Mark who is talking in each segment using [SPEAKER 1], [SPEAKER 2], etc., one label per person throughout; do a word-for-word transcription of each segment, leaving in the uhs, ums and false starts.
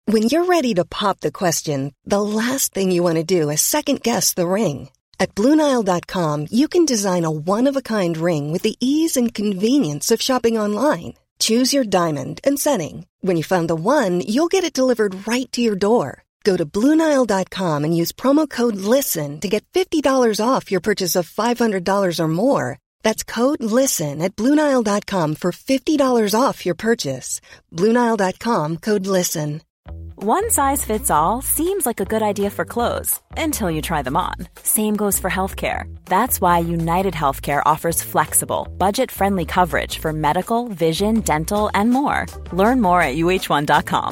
[SPEAKER 1] When you're ready to pop the question, the last thing you want to do is second-guess the ring. At Blue Nile dot com, you can design a one-of-a-kind ring with the ease and convenience of shopping online. Choose your diamond and setting. When you find the one, you'll get it delivered right to your door. Go to Blue Nile dot com and use promo code LISTEN to get fifty dollars off your purchase of five hundred dollars or more. That's code LISTEN at Blue Nile dot com for fifty dollars off your purchase. Blue Nile dot com, code LISTEN.
[SPEAKER 2] One size fits all seems like a good idea for clothes until you try them on. Same goes for healthcare. That's why United Healthcare offers flexible, budget-friendly coverage for medical, vision, dental, and more. Learn more at U H one dot com.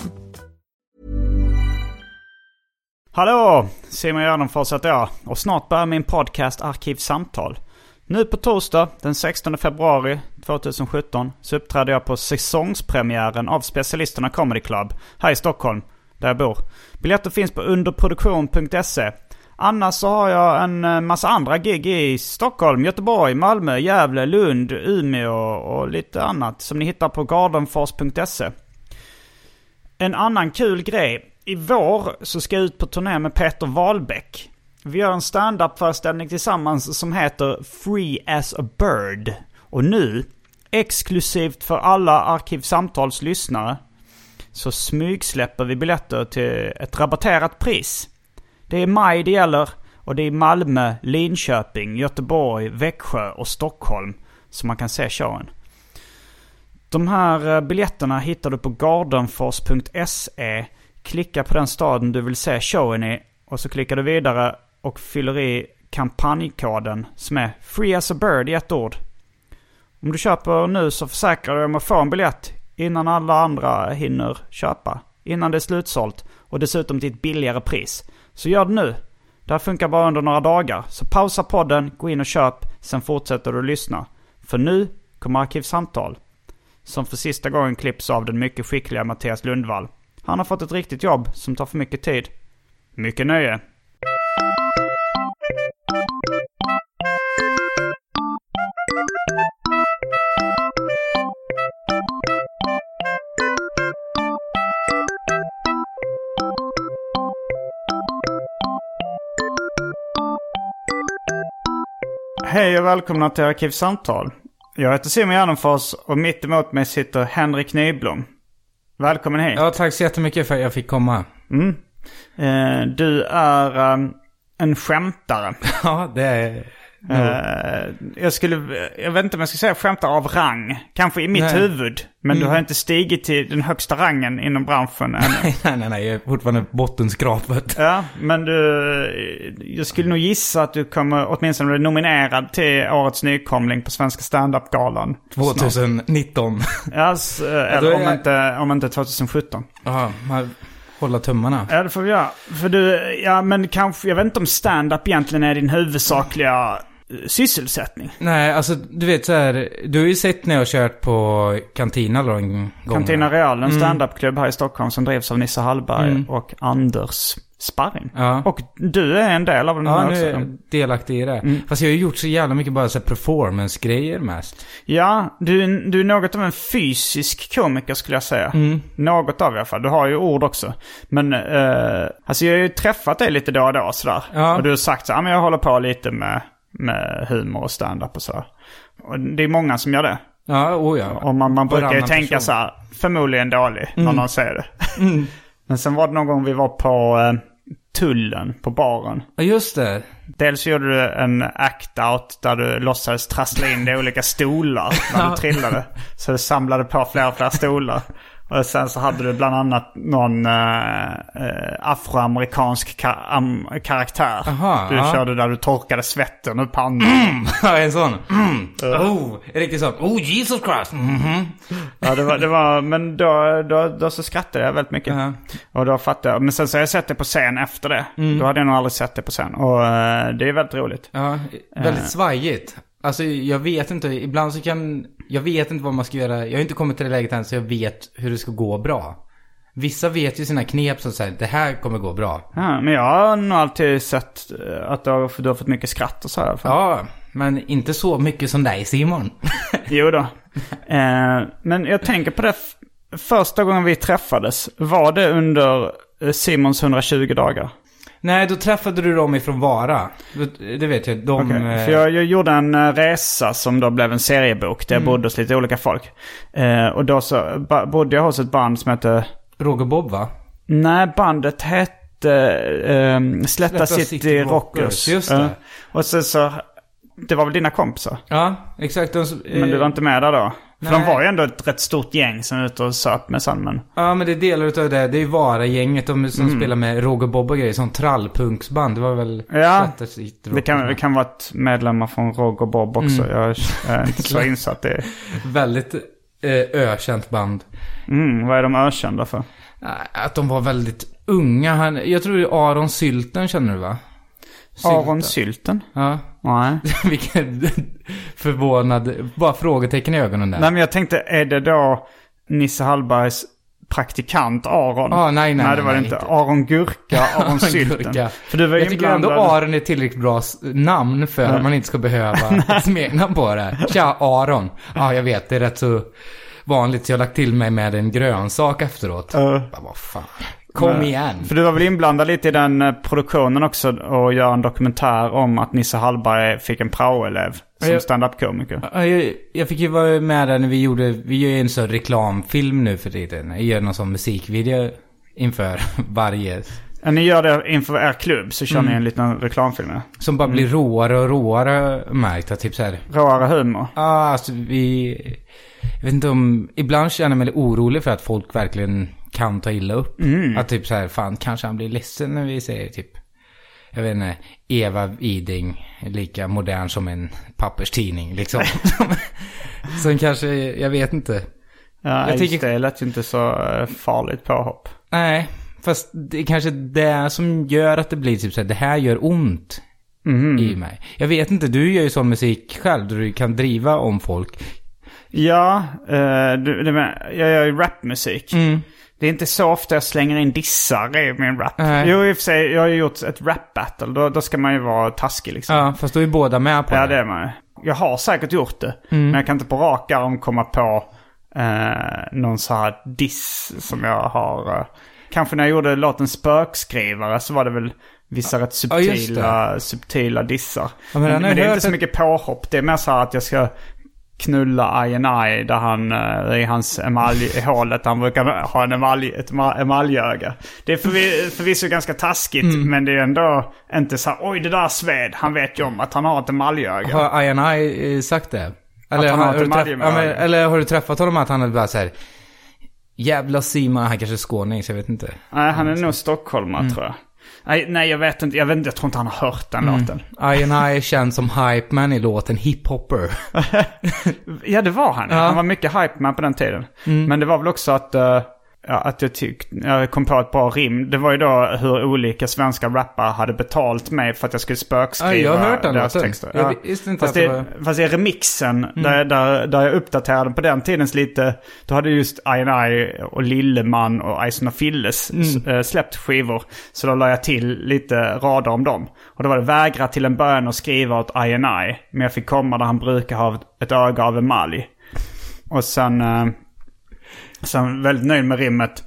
[SPEAKER 3] Hallå, Simon Gärdenfors heter jag och snart börjar min podcast Arkivsamtal. Nu på torsdag den sextonde februari tjugohundrasjutton så uppträder jag på säsongspremiären av Specialisterna Comedy Club här i Stockholm, där jag bor. Biljetter finns på underproduktion punkt se. Annars så har jag en massa andra gig i Stockholm, Göteborg, Malmö, Gävle, Lund, Umeå och lite annat som ni hittar på gardenfors punkt se. En annan kul grej. I vår så ska jag ut på turné med Peter Wahlbeck. Vi gör en stand-up-föreställning tillsammans som heter Free as a Bird. Och nu, exklusivt för alla Arkivsamtalslyssnare, så smygsläpper vi biljetter till ett rabatterat pris. Det är maj det gäller och det är Malmö, Linköping, Göteborg, Växjö och Stockholm som man kan se showen. De här biljetterna hittar du på gardenfors punkt se. Klicka på den staden du vill se showen i och så klickar du vidare och fyller i kampanjkoden som är Free as a Bird i ett ord. Om du köper nu så försäkrar du om att få en biljett innan alla andra hinner köpa. Innan det är slutsålt och dessutom till ett billigare pris. Så gör det nu. Det här funkar bara under några dagar. Så pausa podden, gå in och köp, sen fortsätter du lyssna. För nu kommer Arkivsamtal. Som för sista gången klipps av den mycket skickliga Mattias Lundvall. Han har fått ett riktigt jobb som tar för mycket tid. Mycket nöje. Hej och välkomna till Arkivsamtal. Jag heter Simon Gärdenfors och mitt emot mig sitter Henrik Nyblom. Välkommen hit.
[SPEAKER 4] Ja, tack så jättemycket för att jag fick komma.
[SPEAKER 3] Mm. Eh, du är um, en skämtare.
[SPEAKER 4] Ja, det är...
[SPEAKER 3] Eh, jag skulle... Jag vet inte om jag ska säga skämtare av rang. Kanske i mitt nej. huvud. Men mm. du har inte stigit till den högsta rangen inom branschen ännu.
[SPEAKER 4] nej, nej, nej. Jag är fortfarande bottenskrapet.
[SPEAKER 3] Ja, men du... Jag skulle nog gissa att du kommer åtminstone bli nominerad till årets nykomling på Svenska Stand-Up-galan.
[SPEAKER 4] tjugonitton.
[SPEAKER 3] Ja, så, eller om, är... inte, om inte tjugosjutton.
[SPEAKER 4] Jaha, man... Hålla tummarna.
[SPEAKER 3] Ja, det får vi göra. För du, ja men kanske, jag vet inte om stand-up egentligen är din huvudsakliga sysselsättning.
[SPEAKER 4] Nej, alltså du vet så här, du har ju sett när jag har kört på Cantina någon gång.
[SPEAKER 3] Cantina Real, en stand-up-klubb här i Stockholm som drevs av Nisse Hallberg mm. och Anders Sparring. Ja. Och du är en del av den
[SPEAKER 4] ja,
[SPEAKER 3] här
[SPEAKER 4] också. Ja,
[SPEAKER 3] nu
[SPEAKER 4] är delaktig i det. Mm. Fast jag har ju gjort så jävla mycket bara så här performance-grejer mest.
[SPEAKER 3] Ja, du, du är något av en fysisk komiker skulle jag säga. Mm. Något av i alla fall. Du har ju ord också. Men eh, alltså jag har ju träffat dig lite då och då sådär. Ja. Och du har sagt så här, men jag håller på lite med, med humor och stand-up och så. Och det är många som gör det.
[SPEAKER 4] Ja, oh ja.
[SPEAKER 3] Och man, man brukar ju tänka person. Så här, förmodligen dålig mm. när någon säger det. Mm. Men sen var det någon gång vi var på eh, tullen på baren.
[SPEAKER 4] Ja, just det.
[SPEAKER 3] Dels gjorde du en act-out där du låtsades trassla in i olika stolar när du trillade. Så du samlade på flera och flera stolar. Och sen så hade du bland annat någon äh, äh, afroamerikansk ka- am- karaktär. Aha, du ja. körde där du torkade svetten ur pannan.
[SPEAKER 4] Mm, ja, en sån. Mm. Uh. Oh, riktigt sån. Oh, Jesus Christ. Mm-hmm.
[SPEAKER 3] Ja, det var, det var, men då, då, då så skrattade jag väldigt mycket. Uh-huh. Och då fattade jag. Men sen så har jag sett det på scen efter det. Mm. Då hade jag nog aldrig sett det på scen. Och uh, det är väldigt roligt.
[SPEAKER 4] Ja, väldigt uh. svajigt. Alltså jag vet inte, ibland så kan, jag vet inte vad man ska göra. Jag har inte kommit till det läget än så jag vet hur det ska gå bra. Vissa vet ju sina knep som säger, det här kommer gå bra.
[SPEAKER 3] Ja, men jag har nog alltid sett att du har, du har fått mycket skratt och så här.
[SPEAKER 4] Ja, men inte så mycket som dig, Simon.
[SPEAKER 3] Jo då. Eh, men jag tänker på det, första gången vi träffades, var det under Simons hundratjugo dagar?
[SPEAKER 4] Nej, då träffade du dem ifrån Vara. Det vet jag. De,
[SPEAKER 3] okay. För jag, jag gjorde en resa som då blev en seriebok där mm. jag bodde hos lite olika folk. Eh, och då så bodde jag hos ett band som hette...
[SPEAKER 4] Roger Bob, va?
[SPEAKER 3] Nej, bandet hette eh, Slätta, Slätta City, City Rockers. Rockers.
[SPEAKER 4] Just det. Uh,
[SPEAKER 3] och så, så... Det var väl dina kompisar?
[SPEAKER 4] Ja, exakt. De, eh,
[SPEAKER 3] men du var inte med där då? För nej. De var ju ändå ett rätt stort gäng som är ute och söp med Sandman.
[SPEAKER 4] Ja, men det är delar utav det. Det är ju Vara-gänget de som mm. spelar med Roger Bob och grejer. Sån trallpunksband. Det var väl...
[SPEAKER 3] Ja, det kan, det kan vara ett medlemmar från Roger Bob också. Mm. Jag är inte så insatt det.
[SPEAKER 4] Väldigt eh, ökänt band.
[SPEAKER 3] Mm, vad är de ökända för?
[SPEAKER 4] Att de var väldigt unga. Han, jag tror det är Aron Sylten, känner du, va?
[SPEAKER 3] Sylten. Aron Sylten?
[SPEAKER 4] Ja.
[SPEAKER 3] Nej.
[SPEAKER 4] Vilken förvånad... Bara frågetecken i ögonen där.
[SPEAKER 3] Nej, men jag tänkte, är det då Nisse Hallbergs praktikant Aron?
[SPEAKER 4] Ah, nej, nej,
[SPEAKER 3] nej, det var
[SPEAKER 4] nej,
[SPEAKER 3] det inte.
[SPEAKER 4] inte.
[SPEAKER 3] Aron Gurka, Aron Sylten.
[SPEAKER 4] Gurka.
[SPEAKER 3] För du var
[SPEAKER 4] jag tycker ändå Aron är tillräckligt bra namn för att man inte ska behöva ett smeknamn på det. Tja, Aron. Ja, jag vet. Det är rätt så vanligt. Jag har lagt till mig med en grönsak efteråt. Uh. Bara, vad fan... Kom igen.
[SPEAKER 3] För du var väl inblandad lite i den produktionen också och gör en dokumentär om att Nisse Hallberg fick en prao-elev som jag, stand-up-komiker.
[SPEAKER 4] Jag, jag fick ju vara med där när vi gjorde, vi gör ju en sån reklamfilm nu för tiden. Jag gör någon sån musikvideo inför varje...
[SPEAKER 3] Ja, ni gör det inför er klubb så kör mm. ni en liten reklamfilm.
[SPEAKER 4] Som bara blir mm. råare och råare märkt. Typ så här.
[SPEAKER 3] Råare humor?
[SPEAKER 4] Ja, ah, alltså vi... Jag vet inte om... Ibland känner jag mig lite orolig för att folk verkligen kan ta illa upp. Mm. Att typ så här, fan, kanske han blir ledsen när vi säger typ... Jag vet inte, Eva Widing är lika modern som en papperstidning, liksom. Sen kanske, jag vet inte.
[SPEAKER 3] Ja, jag tycker det lät ju inte så farligt påhopp.
[SPEAKER 4] Nej, fast det är kanske det som gör att det blir typ så här, det här gör ont mm. i mig. Jag vet inte, du gör ju sån musik själv där du kan driva om folk.
[SPEAKER 3] Ja, uh, du, det med, jag gör ju rapmusik. Mm. Det är inte så ofta jag slänger in dissar i min rap. Äh. Jo, i och för sig, jag har ju gjort ett rap-battle. Då, då ska man ju vara taskig liksom.
[SPEAKER 4] Ja, fast då är båda med på
[SPEAKER 3] ja,
[SPEAKER 4] det.
[SPEAKER 3] Ja, det är man. Jag har säkert gjort det. Mm. Men jag kan inte på rak arm komma på eh, någon så här diss som jag har... Eh, kanske när jag gjorde låten Spökskrivare så var det väl vissa rätt subtila, ja, subtila dissar. Ja, men men, men det är inte så mycket påhopp. Det är mer så här att jag ska... knulla I and I där han uh, i hans emaljhålet han brukar ha en emalj, ett emaljöga. Det är förvi, förvisso ganska taskigt mm. men det är ändå inte så här, oj det där sved. Han vet ju om att han har ett emaljöga.
[SPEAKER 4] Har I and I sagt det? Eller
[SPEAKER 3] han
[SPEAKER 4] har,
[SPEAKER 3] har,
[SPEAKER 4] har, du träff, ja, men, eller har du träffat honom att han är bara så här jävla Sima, han kanske är skåning så jag vet inte.
[SPEAKER 3] Nej, han är nog stockholmare mm. tror jag. Nej, nej, jag vet inte. Jag vet inte, jag tror inte han har hört den mm. låten.
[SPEAKER 4] I and I känns som hype man i låten Hiphopper.
[SPEAKER 3] Ja, det var han. Ja. Han var mycket hype man på den tiden. Mm. Men det var väl också att... Uh, ja, att jag tyckte... Jag kom på ett bra rim. Det var ju då hur olika svenska rappare hade betalt mig för att jag skulle spökskriva ja,
[SPEAKER 4] jag har hört den
[SPEAKER 3] deras
[SPEAKER 4] låten.
[SPEAKER 3] texter.
[SPEAKER 4] Ja. Jag visste inte
[SPEAKER 3] fast,
[SPEAKER 4] att
[SPEAKER 3] det,
[SPEAKER 4] det var...
[SPEAKER 3] fast i remixen, mm. där, där, där jag uppdaterade på den tidens lite... Då hade just I and I och Lilleman och Ison och Filles mm. släppt skivor. Så då la jag till lite rader om dem. Och då var det vägra till en början att skriva åt I and I. Men jag fick komma där han brukar ha ett öga av emalj. Och sen... Sen väldigt nöjd med rimmet.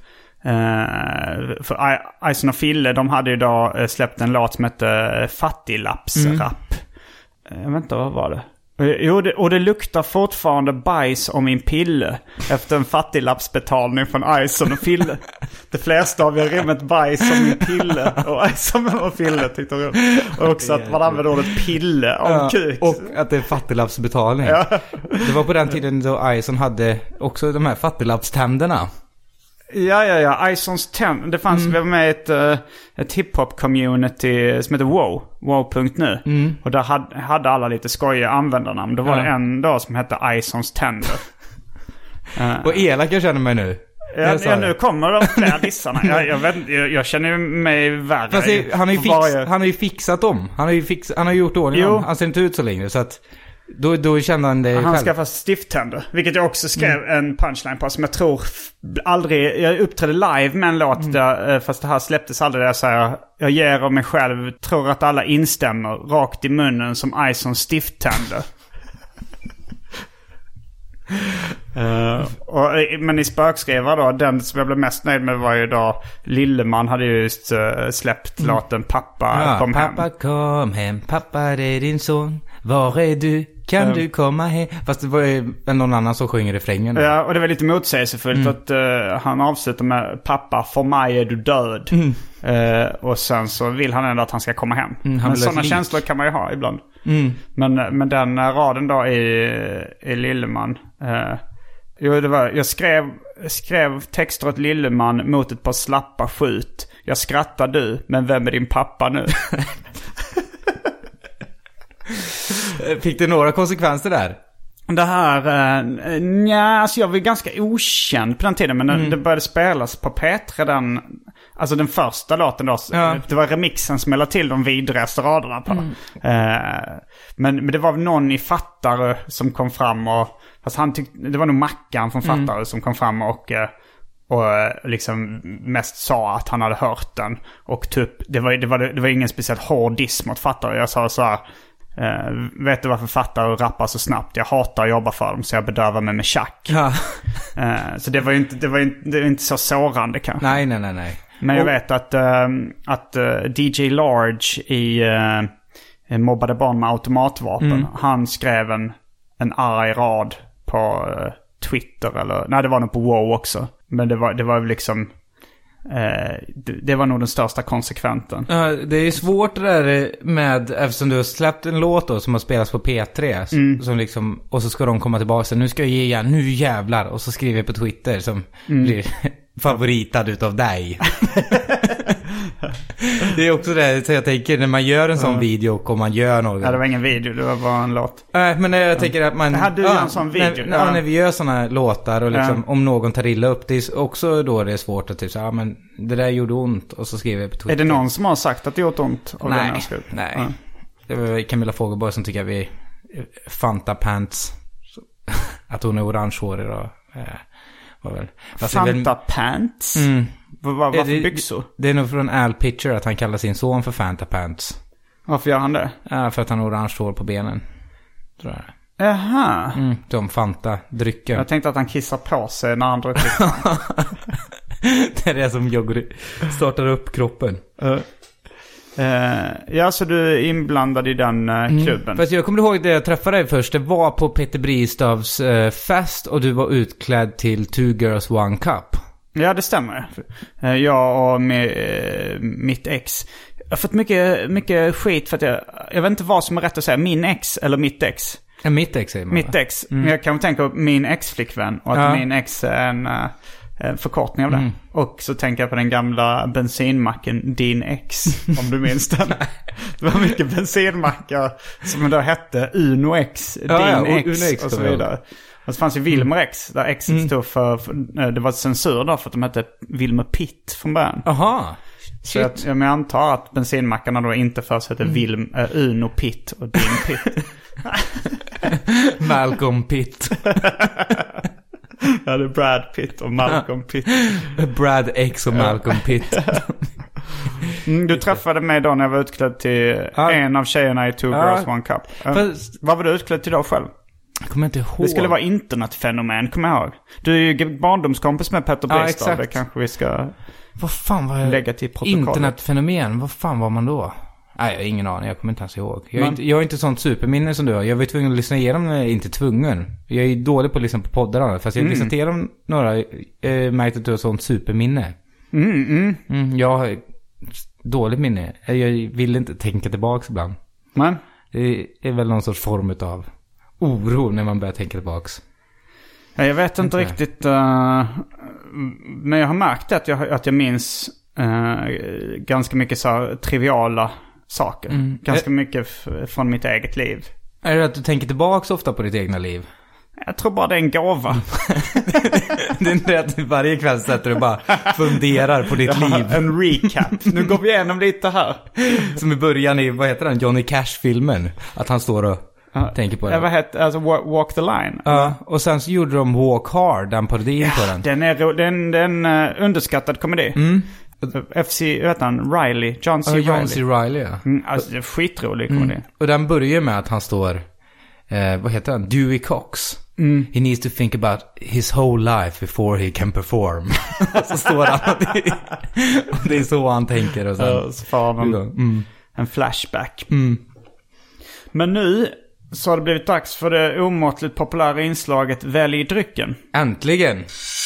[SPEAKER 3] Uh, för I- Ison och Fille, de hade ju då uh, släppt en låt som hette Fattiglappsrapp. Mm. Jag vet inte, vad var det? Uh, jo, det, och det luktar fortfarande bajs om min pille efter en fattiglappsbetalning från Ison och Fille. De flesta av er rimmet bajs om min pille och Ison och Fille tyckte jag. Och också att man använder ordet pille om ja, kuk.
[SPEAKER 4] Och att det är fattiglappsbetalning. Ja. Det var på den tiden då Ison hade också de här fattiglappständerna.
[SPEAKER 3] Ja, ja, ja. Isons ten. Det fanns mm. väl med ett, uh, ett hiphop-community som heter Wow. Wow punkt nu. Mm. Och där hade, hade alla lite skojiga användarnamn. Då var ja. det en dag som hette Isons Tender.
[SPEAKER 4] uh. Och elak jag känner mig nu.
[SPEAKER 3] Ja, ja nu kommer de fler dissarna. jag, jag, vet, jag, jag känner mig värre.
[SPEAKER 4] Fast det, han, har ju fix, varje... han har ju fixat dem. Han har ju, fix, han har gjort ordning. Han ser inte ut så längre så att... Då, då kände han det
[SPEAKER 3] han
[SPEAKER 4] själv.
[SPEAKER 3] Han skaffade stifttänder. Vilket jag också skrev mm. en punchline på. Som jag tror aldrig... Jag uppträdde live med en låt. Mm. Där, fast det här släpptes aldrig. Där jag säger... Jag ger av mig själv. Tror att alla instämmer. Rakt i munnen som Ison stifttänder. Uh, och, men i spökskrivare då, den som jag blev mest nöjd med var ju då Lilleman hade ju just uh, släppt mm. låten Pappa
[SPEAKER 4] ja,
[SPEAKER 3] kom
[SPEAKER 4] pappa
[SPEAKER 3] hem.
[SPEAKER 4] Pappa kom hem, pappa det är din son. Var är du? Kan um, du komma hem? Fast det var ju någon annan som sjunger refrängen.
[SPEAKER 3] Ja, och det var lite motsägelsefullt mm. att uh, han avslutar med Pappa, för mig är du död. Mm. Uh, och sen så vill han ändå att han ska komma hem. Mm, men sådana känslor kan man ju ha ibland. Mm. Men, men den uh, raden då i, i Lilleman... Uh, Jo, det var, jag skrev, skrev texter åt Lilleman mot ett par slappa skjut. Jag skrattar du, men vem är din pappa nu?
[SPEAKER 4] Fick det några konsekvenser där?
[SPEAKER 3] Det här, eh, nja, alltså jag var ganska okänd på den tiden. Men mm. det började spelas på P tre den, alltså den första låten då. Ja. Det var remixen som lade till de vidrigaste raderna på. Mm. Eh, men, men det var någon i Fattare som kom fram och... Fast han tyck, det var nog Mackan från Fattare mm. som kom fram och, och liksom mest sa att han hade hört den. Och typ, det var, det var, det var ingen speciellt hård diss mot Fattare. Jag sa så här, eh, vet du varför Fattare rappar så snabbt? Jag hatar att jobba för dem så jag bedövar mig med tjack. Ja. Eh, så det var ju inte, det var inte, det var inte så sårande kanske.
[SPEAKER 4] Nej, nej, nej, nej.
[SPEAKER 3] Men jag vet att, äh, att äh, D J Large i äh, Mobbade barn med automatvapen, mm. han skrev en, en arg rad på äh, Twitter eller, nej det var nog på WoW också. Men det var, det var liksom, äh, det, det var nog den största konsekventen.
[SPEAKER 4] Ja, det är svårt det där med, eftersom du har släppt en låt då som har spelats på P tre mm. som liksom, och så ska de komma tillbaka så nu ska jag ge igen, nu jävlar, och så skriver jag på Twitter som mm. blir favoritad utav dig. Det är också det så jag tänker när man gör en sån ja. video och man gör något.
[SPEAKER 3] Ja, det var ingen video, det var bara en låt.
[SPEAKER 4] Nej, äh, men jag ja. tänker att man...
[SPEAKER 3] Hade du ja, en sån video?
[SPEAKER 4] När, ja. när vi gör såna låtar och liksom, ja. om någon tar illa upp, det är också då det är svårt att typ så ja men det där gjorde ont och så skriver jag på Twitter.
[SPEAKER 3] Är det någon som har sagt att det gjort ont?
[SPEAKER 4] Nej, nej. Ja. Det var Camilla Fogelborg som tycker att vi Fanta Pants att hon är orangehårig och... Eh, Väl.
[SPEAKER 3] Fanta väl... Pants? Mm. Var, var, varför
[SPEAKER 4] det,
[SPEAKER 3] byxor?
[SPEAKER 4] Det är nog från Al Pitcher att han kallar sin son för Fanta Pants.
[SPEAKER 3] Varför gör han det?
[SPEAKER 4] Ja, för att han har orange hår på benen. Tror jag.
[SPEAKER 3] Jaha.
[SPEAKER 4] Mm, de Fanta-drycker.
[SPEAKER 3] Jag tänkte att han kissar på sig när han dricker.
[SPEAKER 4] Det är det som jag startar upp kroppen. Uh.
[SPEAKER 3] Uh, ja, så du är inblandad i den uh, klubben. Mm.
[SPEAKER 4] Fast jag kommer ihåg det jag träffade dig först. Det var på Peter Bristavs uh, fest och du var utklädd till Two Girls One Cup. Ja, det stämmer. Uh, jag och med, uh, mitt ex. Jag har fått mycket, mycket skit för att jag... Jag vet inte vad som är rätt att säga. Min ex eller mitt ex. Ja, mitt ex är man.
[SPEAKER 3] Mitt ex. Mm. Men jag kan tänka på min ex-flickvän. Och att ja. min ex är en... Uh, förkortning av det. Mm. Och så tänker jag på den gamla bensinmacken Din Ex, om du minns den. Det var mycket bensinmackar som då hette Uno X, Din ja, ja, Ex, Uno X och så vidare. Och så fanns ju Wilmer X, där X mm. stod för, för, det var censur då för att de hette Wilmer Pitt från början.
[SPEAKER 4] Aha.
[SPEAKER 3] Så jag, jag antar att bensinmackarna då inte först hette mm. Wilm, uh, Uno Pitt och Din Pitt.
[SPEAKER 4] Malcolm Pitt.
[SPEAKER 3] Ja, det är Brad Pitt och Malcolm Pitt.
[SPEAKER 4] Brad X och Malcolm Pitt.
[SPEAKER 3] Mm, du träffade mig då när jag var utklädd till ja. en av tjejerna i Two ja. Girls One Cup. Fast... Vad var du utklädd till då själv?
[SPEAKER 4] Jag kommer inte ihåg.
[SPEAKER 3] Det skulle vara internetfenomen, kommer jag ihåg. Du är ju barndomskompis med Petter Bristav. Ja, det kanske vi ska
[SPEAKER 4] vad fan var jag...
[SPEAKER 3] lägga till protokollet.
[SPEAKER 4] Internetfenomen, vad fan var man då? Nej, jag har ingen aning. Jag kommer inte ens ihåg. Jag är, Men... inte, jag är inte sånt superminne som du har. Jag var tvungen att lyssna igenom när jag är inte tvungen. Jag är dålig på att lyssna på poddar. Fast jag mm. lyssnat igenom några. Jag märkte att du har sånt superminne.
[SPEAKER 3] Mm, mm.
[SPEAKER 4] Mm, jag har dåligt minne. Jag vill inte tänka tillbaka ibland.
[SPEAKER 3] Men?
[SPEAKER 4] Det är väl någon sorts form av oro när man börjar tänka tillbaks.
[SPEAKER 3] Ja, jag vet inte jag riktigt. Uh, men jag har märkt att jag, att jag minns uh, ganska mycket så triviala saker. Mm. Ganska mycket f- från mitt eget liv.
[SPEAKER 4] Är det att du tänker tillbaka ofta på ditt egna liv?
[SPEAKER 3] Jag tror bara det är en gåva.
[SPEAKER 4] Det är inte att du varje kväll sätter och bara funderar på ditt liv.
[SPEAKER 3] En recap. Nu går vi igenom lite här.
[SPEAKER 4] Som i början i, vad heter den? Johnny Cash-filmen. Att han står och uh, tänker på det.
[SPEAKER 3] Ja, vad heter, alltså Walk the Line.
[SPEAKER 4] Ja, uh, och sen så gjorde de Walk Hard, den parodin ja, på den.
[SPEAKER 3] Den är den, den uh, underskattad komedi. Mm. F C, vet han, Riley, John C.
[SPEAKER 4] Uh,
[SPEAKER 3] Riley.
[SPEAKER 4] John C. Riley, ja.
[SPEAKER 3] Mm, alltså det är skitrolig komedi.
[SPEAKER 4] Mm. Och den börjar med att han står, eh, vad heter han? Dewey Cox. Mm. He needs to think about his whole life before he can perform. Så står han och det, och det är så han tänker. Och sen,
[SPEAKER 3] uh, så får han mm. en flashback.
[SPEAKER 4] Mm.
[SPEAKER 3] Men nu så har det blivit dags för det omåttligt populära inslaget Välj drycken.
[SPEAKER 4] Äntligen!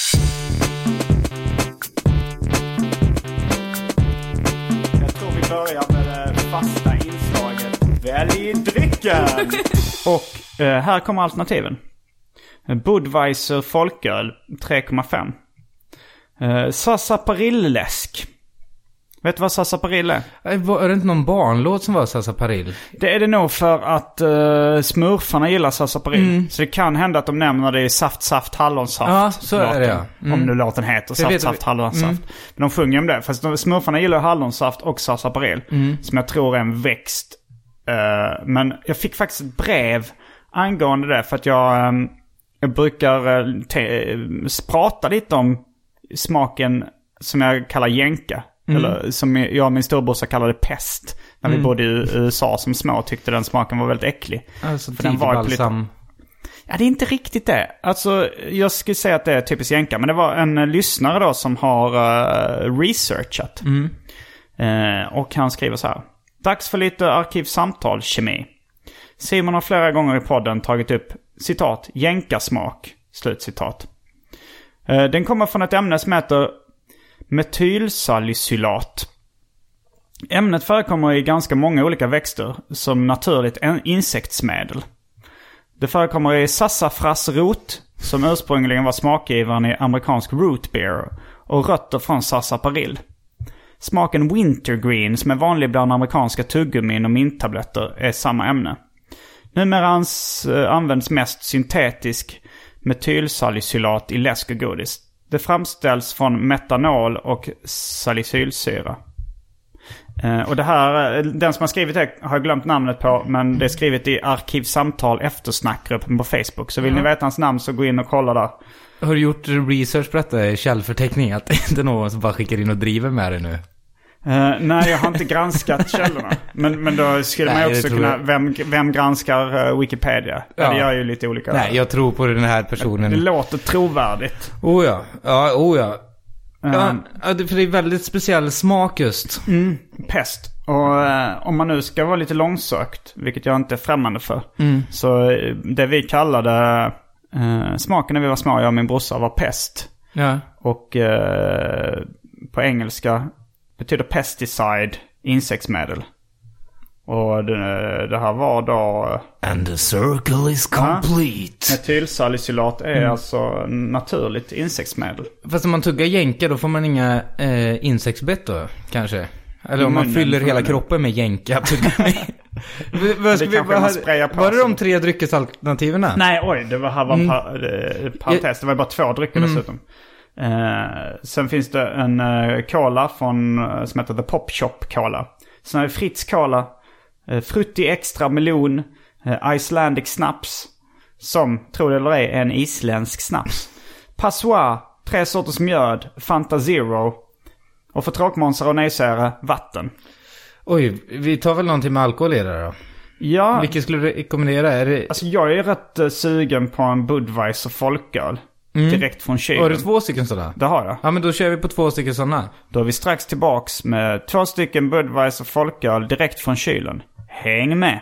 [SPEAKER 3] Jag tror vi börjar med det fasta inslaget Välj drycken! Och eh, här kommer alternativen. Budweiser folköl tre komma fem. Eh, Sarsaparilla-läsk. Vet du vad Sarsaparilla är?
[SPEAKER 4] Var är det inte någon barnlåt som var Sarsaparilla?
[SPEAKER 3] Det är det nog för att uh, smurfarna gillar Sarsaparilla. Mm. Så det kan hända att de nämner det i Saft, Saft, Hallonsaft.
[SPEAKER 4] Ja, så är det ja.
[SPEAKER 3] Mm. Om nu låten heter Saft, Saft, Hallonsaft. Mm. Men de sjunger om det. Fast de, smurfarna gillar Hallonsaft och Sarsaparilla. Mm. Som jag tror är en växt. Uh, men jag fick faktiskt ett brev angående det. För att jag, um, jag brukar uh, te- uh, prata lite om smaken som jag kallar jänka. Mm. Eller som jag och min storbrorsa kallade pest. När mm. vi bodde i U S A som små tyckte den smaken var väldigt äcklig.
[SPEAKER 4] Alltså
[SPEAKER 3] för den var lite... Ja, det är inte riktigt det. Alltså, jag skulle säga att det är typiskt jänka. Men det var en uh, lyssnare då som har uh, researchat.
[SPEAKER 4] Mm.
[SPEAKER 3] Uh, och han skriver så här. Dags för lite arkivsamtal, kemi. Simon har flera gånger i podden tagit upp, citat, jänkasmak, slutcitat. Uh, den kommer från ett ämne som heter metylsalicylat. Ämnet förekommer i ganska många olika växter som naturligt insektsmedel. Det förekommer i sassafrasrot som ursprungligen var smakgivaren i amerikansk root beer och rötter från sarsaparil. Smaken wintergreen som är vanlig bland amerikanska tuggummin och minttabletter är samma ämne. Numera ans, äh, används mest syntetisk metylsalicylat i läsk och godis. Det framställs från metanol och salicylsyra. Eh, och det här, den som har skrivit det har jag glömt namnet på, men det är skrivet i Arkivsamtal eftersnackgruppen på Facebook. Så vill mm. ni veta hans namn så gå in och kolla där.
[SPEAKER 4] Har du gjort research på detta i källförteckning? Att det inte är någon som bara skickar in och driver med det nu?
[SPEAKER 3] Uh, nej, jag har inte granskat källorna. Men, men då skulle nej, man också kunna... Vem, vem granskar uh, Wikipedia? Ja. Det gör ju lite olika...
[SPEAKER 4] Nej, jag tror på den här personen.
[SPEAKER 3] Det, det låter trovärdigt.
[SPEAKER 4] Oh ja, ja, oh ja. Uh, ja, för det är väldigt speciell smak just.
[SPEAKER 3] Mm, pest. Och uh, om man nu ska vara lite långsökt, vilket jag inte är främmande för. Mm. Så uh, det vi kallade uh, smaken när vi var små, jag och min brorsa, var pest.
[SPEAKER 4] Ja.
[SPEAKER 3] Och uh, på engelska... betyder pesticide, insektsmedel. Och det, det här var då...
[SPEAKER 4] And the circle is complete.
[SPEAKER 3] Ja, metylsalicylat är mm. alltså naturligt insektsmedel.
[SPEAKER 4] Fast om man tuggar jänka då får man inga eh, insektsbett då, kanske? Eller om man mm, fyller hela kroppen med jänka. Vad ska vi bara spraya på? Var det de tre dryckesalternativen?
[SPEAKER 3] Nej, oj, det var här var mm. pa, det, parentes. Det var bara två drycker mm. dessutom. Eh, sen finns det en eh, cola från, eh, som heter The Pop Shop Cola. Sen har vi Fritz Cola, eh, Frutti Extra Melon, eh, Icelandic Snaps, som, tror det eller ej, är en isländsk snaps. Passoir, tre sorters mjöd, Fanta Zero. Och för tråkmånsar och nejsära, vatten.
[SPEAKER 4] Oj, vi tar väl någonting med alkohol i det då?
[SPEAKER 3] Ja.
[SPEAKER 4] Vilket skulle du rekommendera? Är det...
[SPEAKER 3] Alltså jag är rätt uh, sugen på en Budweiser folköl. Mm. Direkt från kylen.
[SPEAKER 4] Har du två stycken sådana?
[SPEAKER 3] Det har jag.
[SPEAKER 4] Ja, men då kör vi på två stycken sådana.
[SPEAKER 3] Då är vi strax tillbaks med två stycken Budweiser folköl direkt från kylen. Häng med!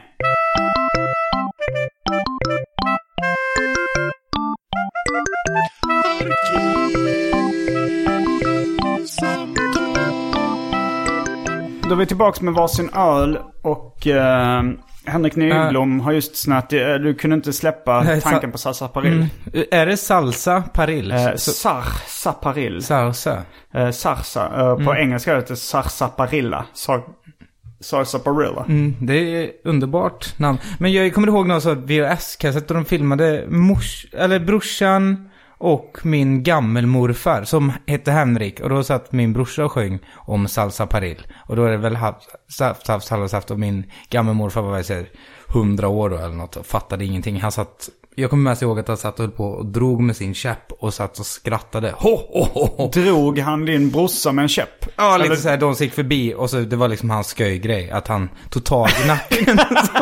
[SPEAKER 3] Då är vi tillbaks med varsin öl och... Uh... Henrik Nyblom uh, har just snart, du kunde inte släppa tanken sa- på salsa paril.
[SPEAKER 4] Mm. Är det salsa paril?
[SPEAKER 3] Eh, sarsa paril.
[SPEAKER 4] Sarsa.
[SPEAKER 3] Eh, sarsa. Eh, mm. På engelska heter det sarsa parilla. Sar- sarsa parilla.
[SPEAKER 4] Mm, det är underbart namn. Men jag kommer ihåg någon sån V H S-kassett där de filmade mors, eller brorsan och min gammelmorfar som hette Henrik. Och då satt min brorsa och sjöng om salsa paril. Och då är det väl saft, saft, saft, saft. Och min gammelmorfar var väl så här hundra år då eller något och fattade ingenting. Han satt jag kommer med sig ihåg att han satt och höll på och drog med sin käpp och satt och skrattade. Ho, ho, ho, ho.
[SPEAKER 3] Drog han din brorsa med en käpp?
[SPEAKER 4] Ja, lite så här, de gick förbi och så det var liksom hans sköjgrej att han tog tag i nacken.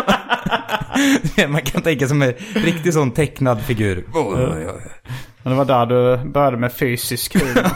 [SPEAKER 4] Man kan tänka som en riktigt sån tecknad figur.
[SPEAKER 3] Det var där du började med fysisk humor.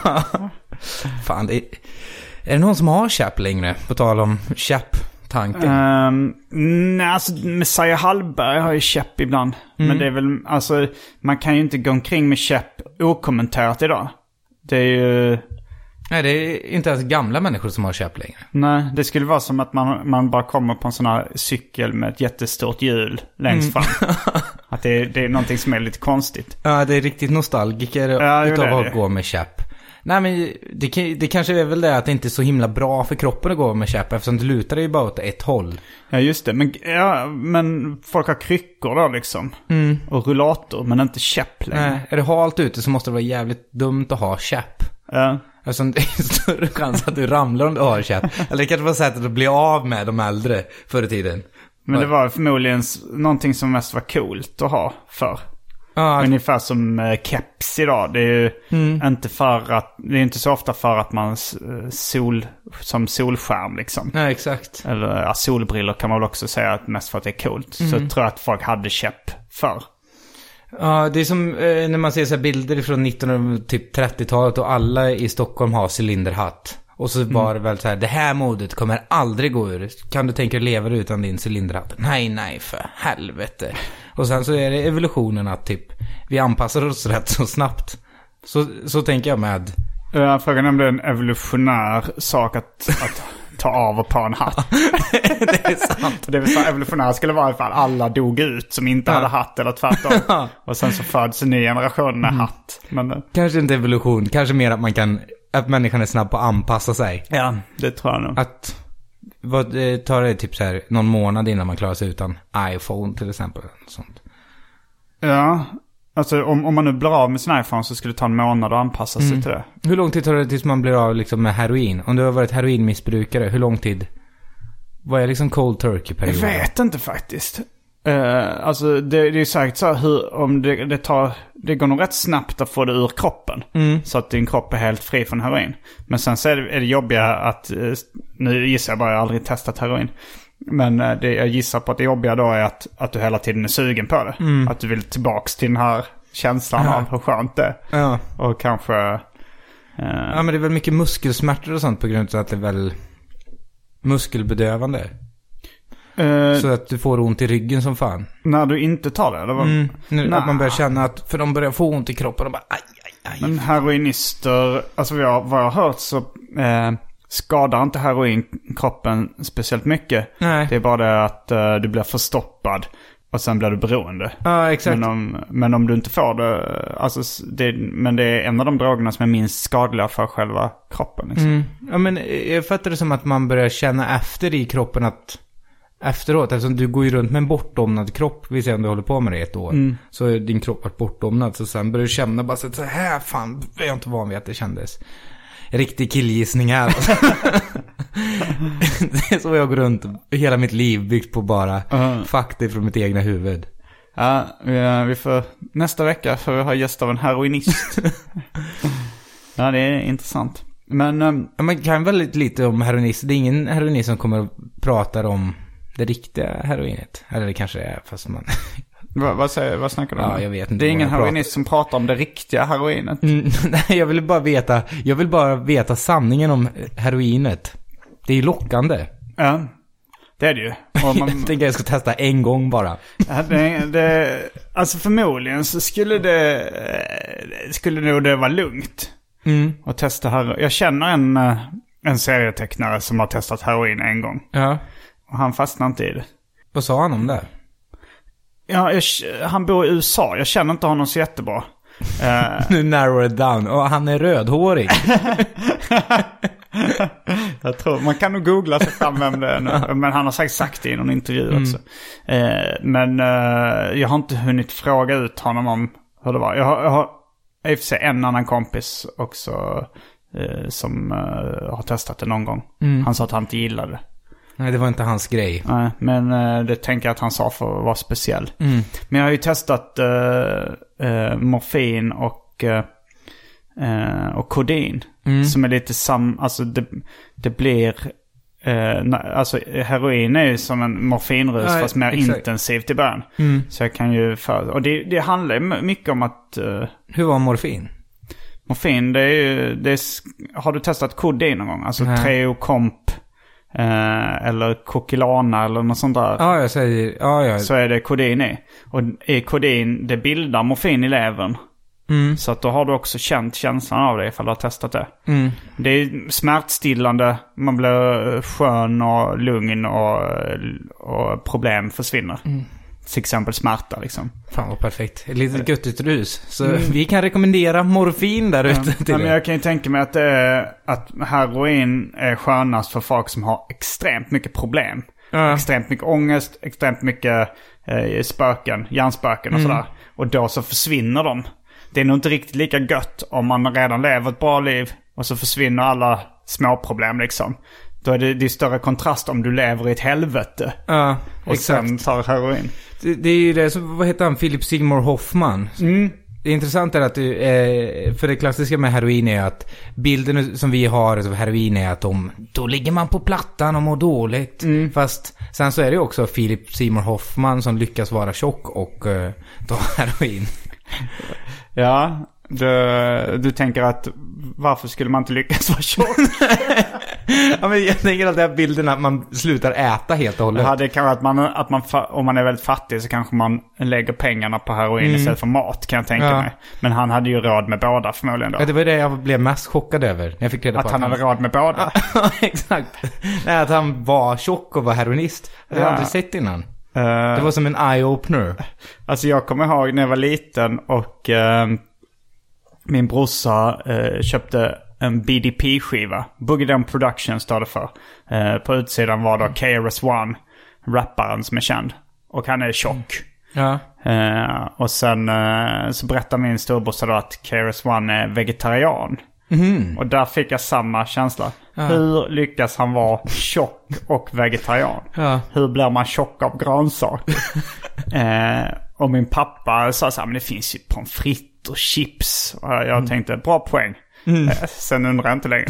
[SPEAKER 4] Fan, det är... är det någon som har käpp längre? På tal om käpp-tanken.
[SPEAKER 3] Um, nej, alltså Messiah Hallberg har ju käpp ibland. Mm. Men det är väl, alltså, man kan ju inte gå omkring med käpp okommenterat idag. Det är ju...
[SPEAKER 4] Nej, det är inte ens gamla människor som har käpp längre.
[SPEAKER 3] Nej, det skulle vara som att man, man bara kommer på en sån här cykel med ett jättestort hjul längst
[SPEAKER 4] Mm.
[SPEAKER 3] fram. Att det är, det är någonting som är lite konstigt.
[SPEAKER 4] Ja, det är riktigt nostalgiker
[SPEAKER 3] ja,
[SPEAKER 4] utav
[SPEAKER 3] att
[SPEAKER 4] gå med käpp. Nej, men det, det kanske är väl det att det inte är så himla bra för kroppen att gå med käpp eftersom det lutar ju bara åt ett håll.
[SPEAKER 3] Ja, just det. Men, ja, men folk har kryckor då liksom.
[SPEAKER 4] Mm.
[SPEAKER 3] Och rullator, men inte käpp längre.
[SPEAKER 4] Nej, är det halt ute så måste det vara jävligt dumt att ha käpp.
[SPEAKER 3] Ja.
[SPEAKER 4] Eftersom det är större chans att du ramlar om du har käpp. Eller det kanske var sättet att bli av med de äldre förr i tiden.
[SPEAKER 3] Men det var förmodligen någonting som mest var coolt att ha för.
[SPEAKER 4] Ja,
[SPEAKER 3] ungefär som eh, keps idag. Det är ju mm. inte för att det är inte så ofta för att man eh, sol som solskärm liksom.
[SPEAKER 4] Nej, exakt.
[SPEAKER 3] Eller ja, solbrillor kan man väl också säga att mest för att det är coolt. Mm. Så jag tror att folk hade käpp för.
[SPEAKER 4] Ja, det är som eh, när man ser så här bilder från nittonhundratrettiotalet och alla i Stockholm har cylinderhatt. Och så var mm. det väl så här, det här modet kommer aldrig gå ur. Kan du tänka dig leva utan din cylinderhatt? Nej, nej, för helvete. Och sen så är det evolutionen att typ vi anpassar oss rätt så snabbt. Så, så tänker jag med.
[SPEAKER 3] Jag frågar om det är en evolutionär sak att, att ta av och på en hatt.
[SPEAKER 4] Det är sant.
[SPEAKER 3] Det vill säga evolutionär skulle vara i alla fall alla dog ut som inte ja. hade hatt eller tvärtom. Och sen så föds en ny generation med mm. hatt. Men,
[SPEAKER 4] kanske inte evolution, kanske mer att man kan, att människan är snabb på att anpassa sig.
[SPEAKER 3] Ja, det tror jag nog.
[SPEAKER 4] Att vad tar det typ så här någon månad innan man klarar sig utan iPhone till exempel. Sånt.
[SPEAKER 3] Ja, alltså om, om man nu blir av med sin iPhone så skulle det ta en månad att anpassa sig mm. till det.
[SPEAKER 4] Hur lång tid tar det tills man blir av liksom med heroin? Om du har varit heroinmissbrukare, hur lång tid? Vad är liksom cold turkey-perioden?
[SPEAKER 3] Jag vet inte faktiskt. Uh, alltså det, det är ju sagt så här hur, om det, det tar det går nog rätt snabbt att få det ur kroppen mm. så att din kropp är helt fri från heroin. Men sen så är det, är det jobbiga att uh, nu gissar jag bara, jag har aldrig testat heroin. Men uh, det jag gissar på att det jobbiga då är att, att du hela tiden är sugen på det. Mm. Att du vill tillbaks till den här känslan ja. av hur skönt det är.
[SPEAKER 4] Ja.
[SPEAKER 3] Och kanske uh,
[SPEAKER 4] ja, men det är väl mycket muskelsmärtor och sånt på grund av att det är väl muskelbedövande. Uh, så att du får ont i ryggen som fan.
[SPEAKER 3] När du inte tar det? Eller vad?
[SPEAKER 4] Mm, nu, att man börjar känna att, för de börjar få ont i kroppen och bara aj, aj, aj.
[SPEAKER 3] Men heroinister, alltså vad jag, vad jag har hört så eh, skadar inte heroin kroppen speciellt mycket.
[SPEAKER 4] Nej.
[SPEAKER 3] Det är bara det att eh, du blir förstoppad och sen blir du beroende.
[SPEAKER 4] Ja, exakt.
[SPEAKER 3] Men om, men om du inte får det, alltså det, men det är en av de drogerna som är minst skadliga för själva kroppen. Liksom.
[SPEAKER 4] Mm. Ja, men jag fattar det som att man börjar känna efter i kroppen att efteråt, eftersom du går ju runt med en bortdomnad kropp, vi ser om du håller på med det ett år, mm. så är din kropp varit bortdomnad, så sen börjar du känna bara så här, fan, jag är inte van vid att det kändes. Riktig killgissning här. Det är så jag går runt hela mitt liv byggt på bara uh-huh. fakta från mitt egna huvud.
[SPEAKER 3] Ja, vi, vi får nästa vecka får vi ha gäst av en heroinist. Ja, det är intressant. Men um,
[SPEAKER 4] man kan väldigt lite om heroinist. Det är ingen heroinist som kommer och pratar om det riktiga heroinet. Eller det kanske är, fast man...
[SPEAKER 3] vad, vad, säger, vad snackar du om?
[SPEAKER 4] Ja, jag vet inte.
[SPEAKER 3] Det är ingen heroinist som pratar om det riktiga heroinet.
[SPEAKER 4] Mm, nej, jag vill bara veta jag vill bara veta sanningen om heroinet. Det är ju lockande.
[SPEAKER 3] Ja, det är det ju. Och man...
[SPEAKER 4] jag tänker jag ska testa en gång bara.
[SPEAKER 3] Ja, det, det, alltså förmodligen så skulle det skulle nog det vara lugnt
[SPEAKER 4] mm.
[SPEAKER 3] att testa heroin. Jag känner en, en serietecknare som har testat heroin en gång.
[SPEAKER 4] Ja.
[SPEAKER 3] Och han fastnade inte i det.
[SPEAKER 4] Vad sa han om det?
[SPEAKER 3] Ja, jag, han bor i U S A. Jag känner inte honom så jättebra. uh...
[SPEAKER 4] Nu narrow it down. Och han är rödhårig.
[SPEAKER 3] Jag tror, man kan nog googla sig fram vem det är nu. Men han har säkert sagt det i någon intervju mm. också. Uh, men uh, jag har inte hunnit fråga ut honom om hur det var. Jag har, jag har i och för sig en annan kompis också uh, som uh, har testat det någon gång. Mm. Han sa att han inte gillade det.
[SPEAKER 4] Nej, det var inte hans grej.
[SPEAKER 3] Nej, men uh, det tänker jag att han sa för att vara speciell.
[SPEAKER 4] Mm.
[SPEAKER 3] Men jag har ju testat uh, uh, morfin och, uh, uh, och kodin. Mm. Som är lite sam... Alltså det, det blir... Uh, alltså heroin är ju som en morfinrus, ja, fast mer exakt. Intensivt i början. Mm. Så jag kan ju... För, och det, det handlar ju mycket om att... Uh,
[SPEAKER 4] Hur var morfin?
[SPEAKER 3] Morfin, det är ju... Det är, har du testat kodin någon gång? Alltså Treokomp... Eh, eller kokilana eller något sånt där.
[SPEAKER 4] Ja, jag säger, ja, ja.
[SPEAKER 3] Så är det kodin i. Och i kodin, det bildar morfin i levern. Mm. Så att då har du också känt känslan av det ifall du har testat det. Mm. Det är smärtstillande. Man blir skön och lugn och, och problem försvinner. Mm. Till exempel smärta liksom.
[SPEAKER 4] Fan vad perfekt. Ett litet göttigt rus. Så mm. vi kan rekommendera morfin där ute.
[SPEAKER 3] Ja. Ja, men jag kan ju tänka mig att, det är, att heroin är skönast för folk som har extremt mycket problem. Ja. Extremt mycket ångest, extremt mycket eh, spöken, hjärnspöken och mm. sådär. Och då så försvinner de. Det är nog inte riktigt lika gött om man redan lever ett bra liv och så försvinner alla små problem liksom. Då är det, det är större kontrast om du lever i ett helvete.
[SPEAKER 4] Ja,
[SPEAKER 3] och
[SPEAKER 4] exakt.
[SPEAKER 3] Sen tar heroin.
[SPEAKER 4] Det, det är ju det som, vad heter han? Philip Seymour Hoffman. Mm. Det intressanta är att du, eh, för det klassiska med heroin är att bilden som vi har av heroin är att de, då ligger man på plattan och mår dåligt. Mm. Fast sen så är det också Philip Seymour Hoffman som lyckas vara tjock och eh, ta heroin.
[SPEAKER 3] Ja, du, du tänker att varför skulle man inte lyckas vara tjock?
[SPEAKER 4] Ja, men jag tänker att det här bilden att man slutar äta helt och hållet.
[SPEAKER 3] Ja, det kan vara att man, att man, om man är väldigt fattig så kanske man lägger pengarna på heroin mm. istället för mat, kan jag tänka ja. mig. Men han hade ju råd med båda förmodligen då.
[SPEAKER 4] Ja, det var det jag blev mest chockad över när jag fick reda
[SPEAKER 3] att
[SPEAKER 4] på
[SPEAKER 3] han, att han hade råd med båda.
[SPEAKER 4] Ja, exakt. Nej, att han var tjock och var heroinist. Det har jag ja. aldrig sett innan. Uh, det var som en eye-opener.
[SPEAKER 3] Alltså jag kommer ihåg när jag var liten och uh, min brorsa uh, köpte en B D P-skiva. Boogie Down Production står det för. Uh, på utsidan var då K R S One, rapparen som är känd. Och han är tjock.
[SPEAKER 4] Ja.
[SPEAKER 3] Uh, och sen uh, så berättar min storbrorsa då att K R S One är vegetarian. Mm. Och där fick jag samma känsla. Ja. Hur lyckas han vara tjock och vegetarian? Ja. Hur blir man tjock av grönsaker? eh, och min pappa sa så här, men det finns ju pommes frites och chips. Och jag mm. tänkte, bra poäng. Mm. Eh, sen undrar jag inte längre.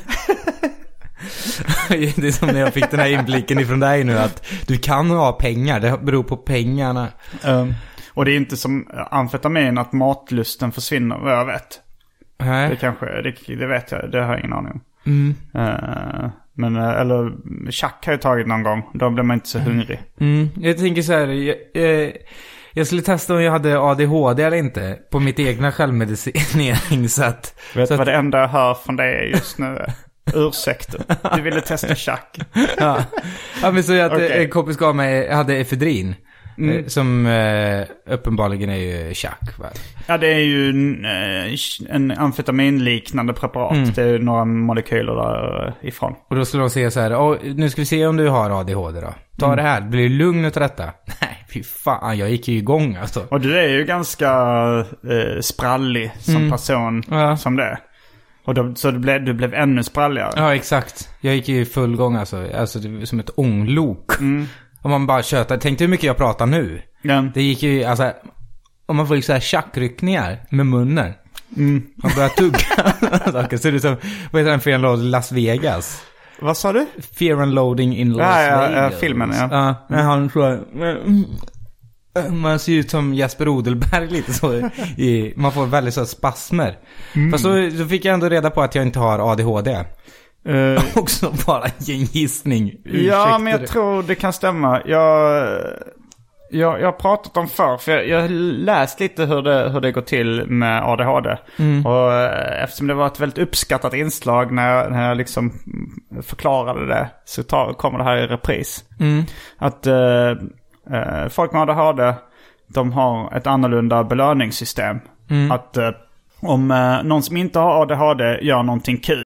[SPEAKER 4] Det är som när jag fick den här inblicken ifrån dig nu, att du kan ha pengar, det beror på pengarna.
[SPEAKER 3] Um, och det är inte som amfetamin att matlusten försvinner, vad jag vet. Nej. Det kanske, det, det vet jag, det har jag ingen aning om. Mm. Uh, men, eller tjack har jag tagit någon gång, då blir man inte så hungrig.
[SPEAKER 4] Mm. Jag tänker så här, jag, jag, jag skulle testa om jag hade A D H D eller inte på mitt egna självmedicinering. Så att,
[SPEAKER 3] vet
[SPEAKER 4] så
[SPEAKER 3] vad
[SPEAKER 4] att...
[SPEAKER 3] det enda jag hör från dig just nu är? Ursäkta, du ville testa tjack.
[SPEAKER 4] Ja. Ja, men så att okay. En kompis gav mig, jag hade efedrin. Mm. Som eh, uppenbarligen är ju tjack, va?
[SPEAKER 3] Ja, det är ju en, en amfetaminliknande preparat. Mm. Det är ju några molekyler därifrån.
[SPEAKER 4] Och då skulle de säga så här, oh, nu ska vi se om du har A D H D då. Ta mm. det här, blir du lugn utav detta? Nej, fy fan, jag gick ju igång alltså.
[SPEAKER 3] Och du är ju ganska eh, sprallig som mm. person ja. Som det är. Och då, så du blev, du blev ännu spralligare.
[SPEAKER 4] Ja, exakt. Jag gick ju i full gång alltså. Alltså det var som ett ånglok. Mm. Om man bara tjötar. Tänkte hur mycket jag pratar nu. Ja. Det gick ju, alltså, om man får så här tjackryckningar med munnen. Mm. Man börjar tugga. Så det är som, vad heter den Fear and Loading Las Vegas?
[SPEAKER 3] Vad sa du?
[SPEAKER 4] Fear and Loading in Las
[SPEAKER 3] ja,
[SPEAKER 4] Vegas.
[SPEAKER 3] Ja, ja, filmen, ja.
[SPEAKER 4] Ja, när han så man ser ut som Jesper Odelberg lite så. I, man får väldigt så spasmer. Mm. Fast så, så fick jag ändå reda på att jag inte har A D H D. Uh, också bara en gissning. Ursäkta.
[SPEAKER 3] Ja, men jag det. tror det kan stämma. Jag, jag, jag har pratat om förr, för jag, jag har läst lite hur det, hur det går till med A D H D. Mm. Och eftersom det var ett väldigt uppskattat inslag när jag, när jag liksom förklarade det, så tar, kommer det här i repris. Mm. Att uh, uh, folk med A D H D, de har ett annorlunda belöningssystem. Mm. Att uh, om uh, någon som inte har A D H D gör någonting kul.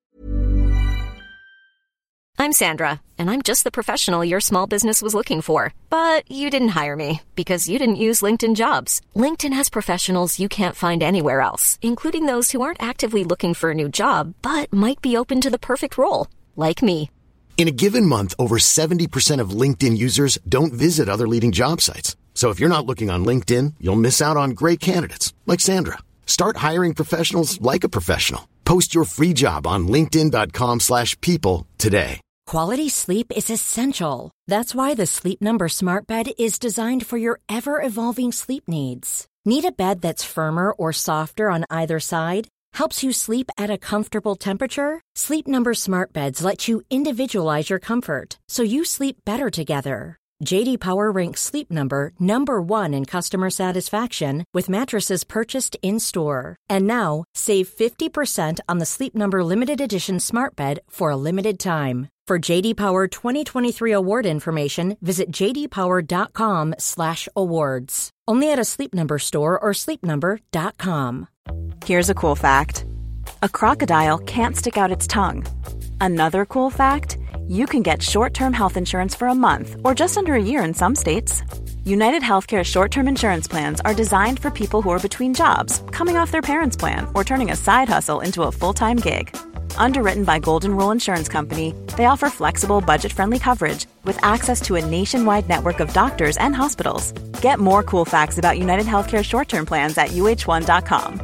[SPEAKER 5] I'm Sandra, and I'm just the professional your small business was looking for. But you didn't hire me, because you didn't use LinkedIn Jobs. LinkedIn has professionals you can't find anywhere else, including those who aren't actively looking for a new job, but might be open to the perfect role, like me.
[SPEAKER 6] In a given month, over seventy percent of LinkedIn users don't visit other leading job sites. So if you're not looking on LinkedIn, you'll miss out on great candidates like Sandra. Start hiring professionals like a professional. Post your free job on linkedin dot com slash people today.
[SPEAKER 7] Quality sleep is essential. That's why the Sleep Number Smart Bed is designed for your ever-evolving sleep needs. Need a bed that's firmer or softer on either side? Helps you sleep at a comfortable temperature? Sleep Number Smart Beds let you individualize your comfort so you sleep better together. J D Power ranks Sleep Number number one in customer satisfaction with mattresses purchased in-store. And now, save fifty percent on the Sleep Number Limited Edition Smart Bed for a limited time. For J D Power twenty twenty-three award information, visit j d power dot com slash awards. Only at a Sleep Number store or sleep number dot com.
[SPEAKER 2] Here's a cool fact. A crocodile can't stick out its tongue. Another cool fact, you can get short-term health insurance for a month or just under a year in some states. United Healthcare short-term insurance plans are designed for people who are between jobs, coming off their parents' plan, or turning a side hustle into a full-time gig. Underwritten by Golden Rule Insurance Company, they offer flexible, budget-friendly coverage with access to a nationwide network of doctors and hospitals. Get more cool facts about United Healthcare short-term plans at u h one dot com.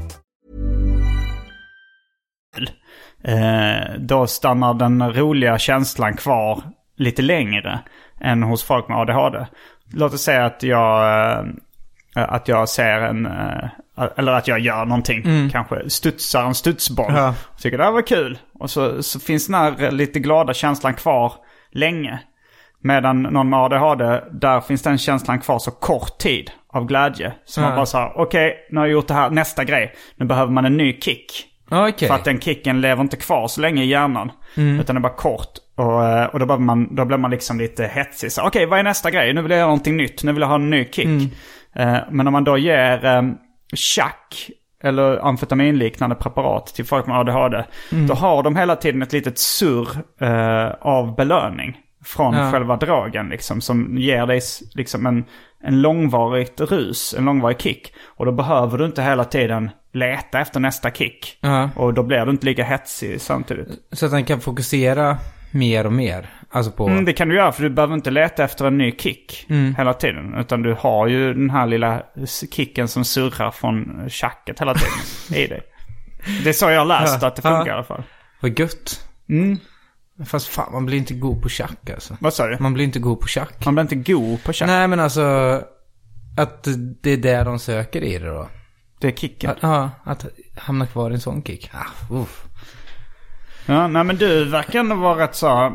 [SPEAKER 3] Eh, då stannar den roliga känslan kvar lite längre än hos folk med A D H D. Låt oss säga att jag, eh, att jag ser en... Eh, eller att jag gör någonting. Mm. Kanske studsar en studsboll. Ja. Tycker det här var kul. Och så, så finns den här lite glada känslan kvar länge. Medan någon med A D H D, där finns den känslan kvar så kort tid av glädje. Så ja. Man bara säger, okej, okay, nu har jag gjort det här, nästa grej. Nu behöver man en ny kick.
[SPEAKER 4] Okay.
[SPEAKER 3] För att den kicken lever inte kvar så länge i hjärnan. Mm. Utan det är bara kort. Och, och då, blir man, då blir man liksom lite hetsig. Okej, okay, vad är nästa grej? Nu vill jag göra någonting nytt. Nu vill jag ha en ny kick. Mm. Uh, men om man då ger um, chack eller amfetaminliknande preparat till folk med A D H D. Mm. Då har de hela tiden ett litet surr uh, av belöning. Från ja. själva dragen liksom. Som ger dig liksom en, en långvarigt rus. En långvarig kick. Och då behöver du inte hela tiden leta efter nästa kick. Ja. Och då blir du inte lika hetsig samtidigt.
[SPEAKER 4] Så att den kan fokusera mer och mer. Alltså på...
[SPEAKER 3] Mm, det kan du göra, för du behöver inte leta efter en ny kick mm. hela tiden. Utan du har ju den här lilla kicken som surrar från tjacket hela tiden i dig. Det är så jag har läst ja. att det funkar ja. i alla fall.
[SPEAKER 4] Vad gött.
[SPEAKER 3] Mm.
[SPEAKER 4] Fast fan, man blir inte god på tjack alltså.
[SPEAKER 3] Vad sa du?
[SPEAKER 4] Man blir inte god på tjack.
[SPEAKER 3] Man blir inte god på tjack?
[SPEAKER 4] Nej, men alltså att det är där de söker i det då.
[SPEAKER 3] Det är kicken?
[SPEAKER 4] Att, ja, att hamna kvar i en sån kick. Ah, uff.
[SPEAKER 3] Ja, nej men du verkar ändå vara rätt så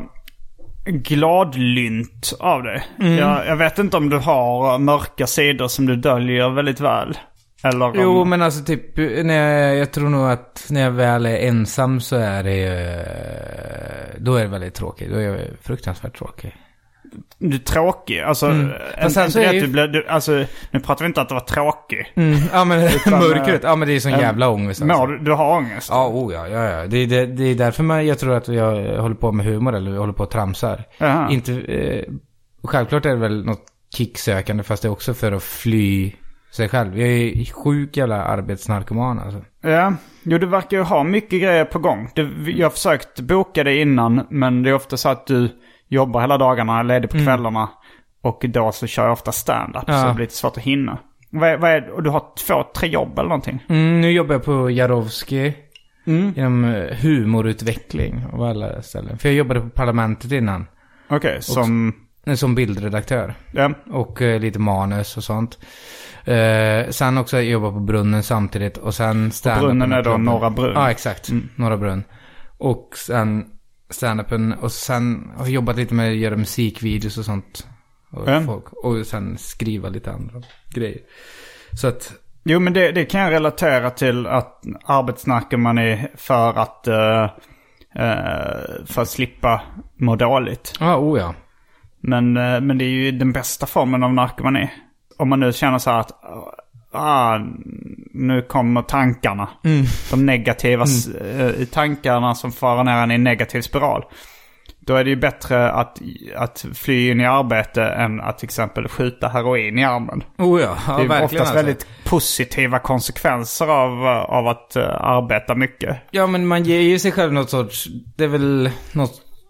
[SPEAKER 3] gladlynt av det. Mm. Jag, jag vet inte om du har mörka sidor som du döljer väldigt väl. Eller om...
[SPEAKER 4] Jo, men alltså typ när jag, jag tror nog att när jag väl är ensam så är det då är det väldigt tråkigt. Då är jag fruktansvärt tråkig.
[SPEAKER 3] Du är tråkig, alltså, mm. en, sen så är ju... du blev, du, alltså nu pratar vi inte att det var tråkig.
[SPEAKER 4] Mm. Ja men mörkret, ja men det är sån jävla ångest alltså.
[SPEAKER 3] Men du, du har ångest?
[SPEAKER 4] Ja, oh, ja, ja, ja. Det, är, det, det är därför man, jag tror att jag håller på med humor eller jag håller på att tramsar. Aha. Inte, eh, självklart är det väl något kicksökande, fast det är också för att fly sig själv. Jag är sjuk jävla arbetsnarkoman alltså. Ja,
[SPEAKER 3] jo du verkar ju ha mycket grejer på gång. Du, jag har försökt boka det innan, men det är ofta så att du jobbar hela dagarna, är ledig på kvällarna mm. och då så kör jag ofta stand-up ja. så det blir lite svårt att hinna. Vad, vad är, och du har två, tre jobb eller någonting?
[SPEAKER 4] Mm, nu jobbar jag på Jarowski mm. inom humorutveckling av alla ställen. För jag jobbade på Parlamentet innan.
[SPEAKER 3] Okej, okay, som...
[SPEAKER 4] Som bildredaktör.
[SPEAKER 3] Ja.
[SPEAKER 4] Och eh, lite manus och sånt. Eh, sen också jobba på Brunnen samtidigt. Och sen stand-up.
[SPEAKER 3] Brunnen är då Norra Brunn.
[SPEAKER 4] Ja, exakt. Mm. Norra Brunn. Och sen stand-upen. Och sen har jag jobbat lite med att göra musikvideos och sånt. Och, ja. folk, och sen skriva lite andra grejer. Så att...
[SPEAKER 3] Jo, men det, det kan jag relatera till att arbetsnackar man är för att... Uh, uh, för att slippa må dåligt.
[SPEAKER 4] Ja, oh ja.
[SPEAKER 3] Men, men det är ju den bästa formen av narkomani. Om man nu känner så här att ah, nu kommer tankarna. Mm. De negativa mm. tankarna som far ner en i en negativ spiral. Då är det ju bättre att, att fly in i arbete än att till exempel skjuta heroin i armen.
[SPEAKER 4] Oh ja, ja,
[SPEAKER 3] det är
[SPEAKER 4] verkligen
[SPEAKER 3] oftast
[SPEAKER 4] alltså.
[SPEAKER 3] Väldigt positiva konsekvenser av, av att uh, arbeta mycket.
[SPEAKER 4] Ja, men man ger ju sig själv något sorts... Det är väl något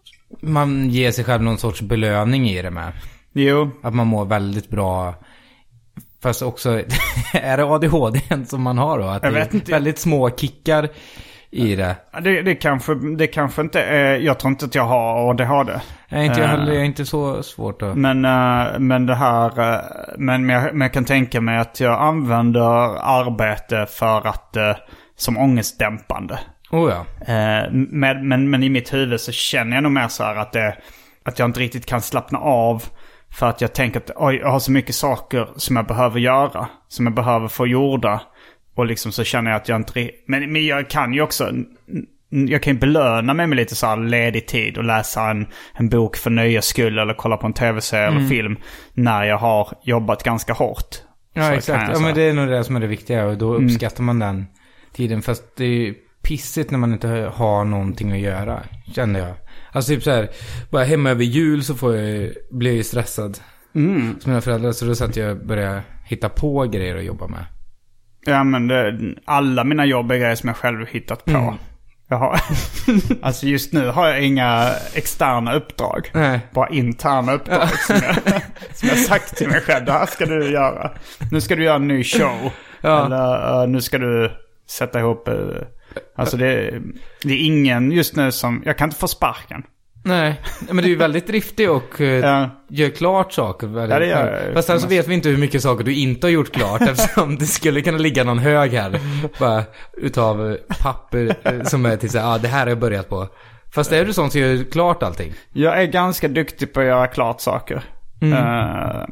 [SPEAKER 4] man ger sig själv någon sorts belöning i det med.
[SPEAKER 3] Jo.
[SPEAKER 4] Att man mår väldigt bra. Fast också, är det A D H D som man har då? Att
[SPEAKER 3] jag
[SPEAKER 4] det
[SPEAKER 3] vet
[SPEAKER 4] är
[SPEAKER 3] inte.
[SPEAKER 4] väldigt små kickar i det.
[SPEAKER 3] Det, det, kanske, det kanske inte är, jag tror inte att jag har A D H D.
[SPEAKER 4] Nej, inte jag
[SPEAKER 3] Uh,
[SPEAKER 4] heller, inte så svårt då.
[SPEAKER 3] Men, uh, men det här, uh, men, men, jag, men jag kan tänka mig att jag använder arbete för att, uh, som ångestdämpande.
[SPEAKER 4] Oh ja.
[SPEAKER 3] Uh, med, men, men i mitt huvud så känner jag nog mer så här att, det, att jag inte riktigt kan slappna av. För att jag tänker att oj, jag har så mycket saker som jag behöver göra. Som jag behöver få gjorda. Och liksom så känner jag att jag inte... Men, men jag kan ju också... Jag kan ju belöna mig med lite så här ledig tid. Och läsa en, en bok för nöjes skull. Eller kolla på en tv-serie mm. eller film. När jag har jobbat ganska hårt.
[SPEAKER 4] Ja, så exakt. Ja, men det är nog det som är det viktiga. Och då uppskattar mm. man den tiden. Fast det är ju pissigt när man inte har någonting att göra. Känner jag. Alltså typ så här, bara hemma över jul så får jag, blir jag ju stressad. Mm. Som mina föräldrar, så då så att jag börjar hitta på grejer att jobba med.
[SPEAKER 3] Ja, men det, alla mina jobb är grejer som jag själv hittat på. Mm. Jag har, alltså just nu har jag inga externa uppdrag. Nej. Bara interna uppdrag som, jag, som jag sagt till mig själv. Det här ska du göra. Nu ska du göra en ny show. Ja. Eller uh, nu ska du sätta ihop... Uh, Alltså det, det är ingen just nu som... Jag kan inte få sparken.
[SPEAKER 4] Nej, men du är ju väldigt driftig och uh, ja. gör klart saker.
[SPEAKER 3] Ja, det gör jag.
[SPEAKER 4] Fast sen så vet vi inte hur mycket saker du inte har gjort klart. Eftersom det skulle kunna ligga någon hög här. Bara utav papper som är till sig. Ja, ah, det här har jag börjat på. Fast är du sån som gör klart allting? Jag
[SPEAKER 3] är ganska duktig på att göra klart saker. Mm. Uh,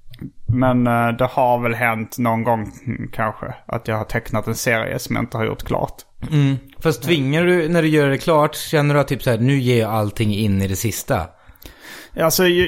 [SPEAKER 3] Men uh, det har väl hänt någon gång kanske att jag har tecknat en serie som jag inte har gjort klart.
[SPEAKER 4] Mm. Fast tvingar du, när du gör det klart, känner du att typ så här, nu ger jag allting in i det sista?
[SPEAKER 3] Alltså jag,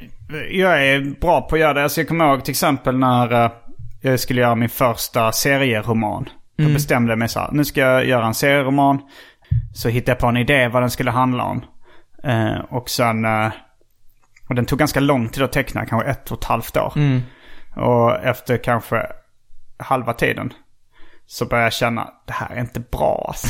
[SPEAKER 3] jag är bra på att göra det. Alltså, jag kommer ihåg till exempel när uh, jag skulle göra min första serieroman. Då mm. bestämde jag mig så här, nu ska jag göra en serieroman. Så hittade jag på en idé vad den skulle handla om. Uh, och sen... Uh, Och den tog ganska lång tid att teckna, kanske ett och ett halvt år. Mm. Och efter kanske halva tiden så började jag känna, det här är inte bra alltså.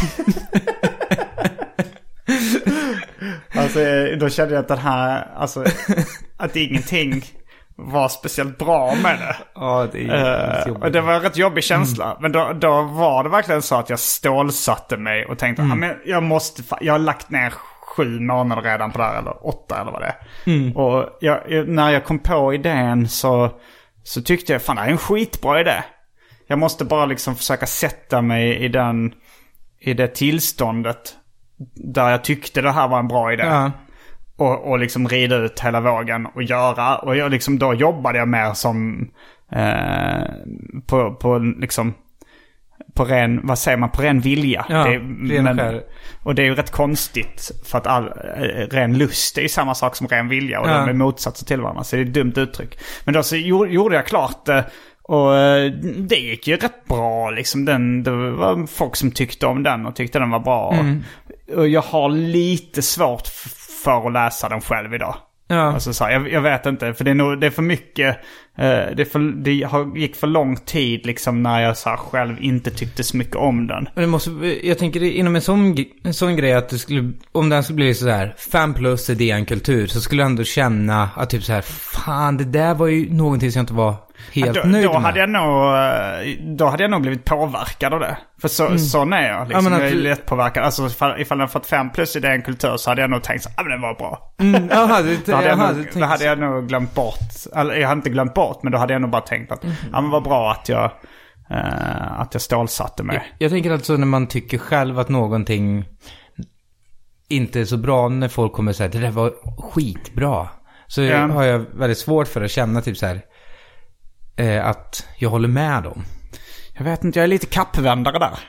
[SPEAKER 3] Alltså då kände jag att den här, alltså att ingenting var speciellt bra med det.
[SPEAKER 4] Ja, det är
[SPEAKER 3] uh, och det var en rätt jobbig känsla. Mm. Men då, då var det verkligen så att jag stålsatte mig och tänkte, mm. ah, men jag måste, jag har lagt ner sju månader redan på det här, eller åtta eller vad det är. Mm. Och jag, när jag kom på idén så, så tyckte jag, fan det är en skitbra idé. Jag måste bara liksom försöka sätta mig i den, i det tillståndet där jag tyckte det här var en bra idé. Ja. Och, och liksom rida ut hela vågen och göra. Och jag liksom, då jobbade jag mer som eh, på, på liksom på ren, vad säger man, på ren vilja.
[SPEAKER 4] Ja,
[SPEAKER 3] det, men, och det är ju rätt konstigt för att all, ren lust är ju samma sak som ren vilja och ja. De är motsatser till varandra, så det är ett dumt uttryck. Men då så gjorde jag klart det och det gick ju rätt bra liksom. Den, det var folk som tyckte om den och tyckte den var bra. Mm. Och jag har lite svårt f- för att läsa den själv idag. Ja. Alltså så här, jag, jag vet inte, för det är, nog, det är för mycket, eh, det, är för, det har, gick för lång tid liksom när jag så här, själv inte tyckte så mycket om den.
[SPEAKER 4] Men det måste, jag tänker inom en sån, en sån grej att det skulle, om den skulle bli så här fem plus är en kultur, så skulle jag ändå känna att typ så här, fan det där var ju någonting som jag inte var helt
[SPEAKER 3] ja, då,
[SPEAKER 4] nöjd
[SPEAKER 3] då
[SPEAKER 4] med.
[SPEAKER 3] Hade jag nog, då hade jag nog blivit påverkad av det. För så, mm. sån är jag. Liksom, ja, jag är du... lätt påverkad. Alltså ifall, ifall jag fått fem plus i den kultur så hade jag nog tänkt så, ja men det var bra.
[SPEAKER 4] Mm, aha, det,
[SPEAKER 3] då, hade jag
[SPEAKER 4] aha,
[SPEAKER 3] nog, då hade jag nog glömt bort. Eller jag hade inte glömt bort, men då hade jag nog bara tänkt att mm. ja men vad bra att jag, uh, att jag stålsatte mig.
[SPEAKER 4] Jag, jag tänker alltså när man tycker själv att någonting inte är så bra, när folk kommer säga det där var skitbra. Så ja. har jag väldigt svårt för att känna typ så här eh, att jag håller med dem.
[SPEAKER 3] Jag vet inte, jag är lite kappvändare där.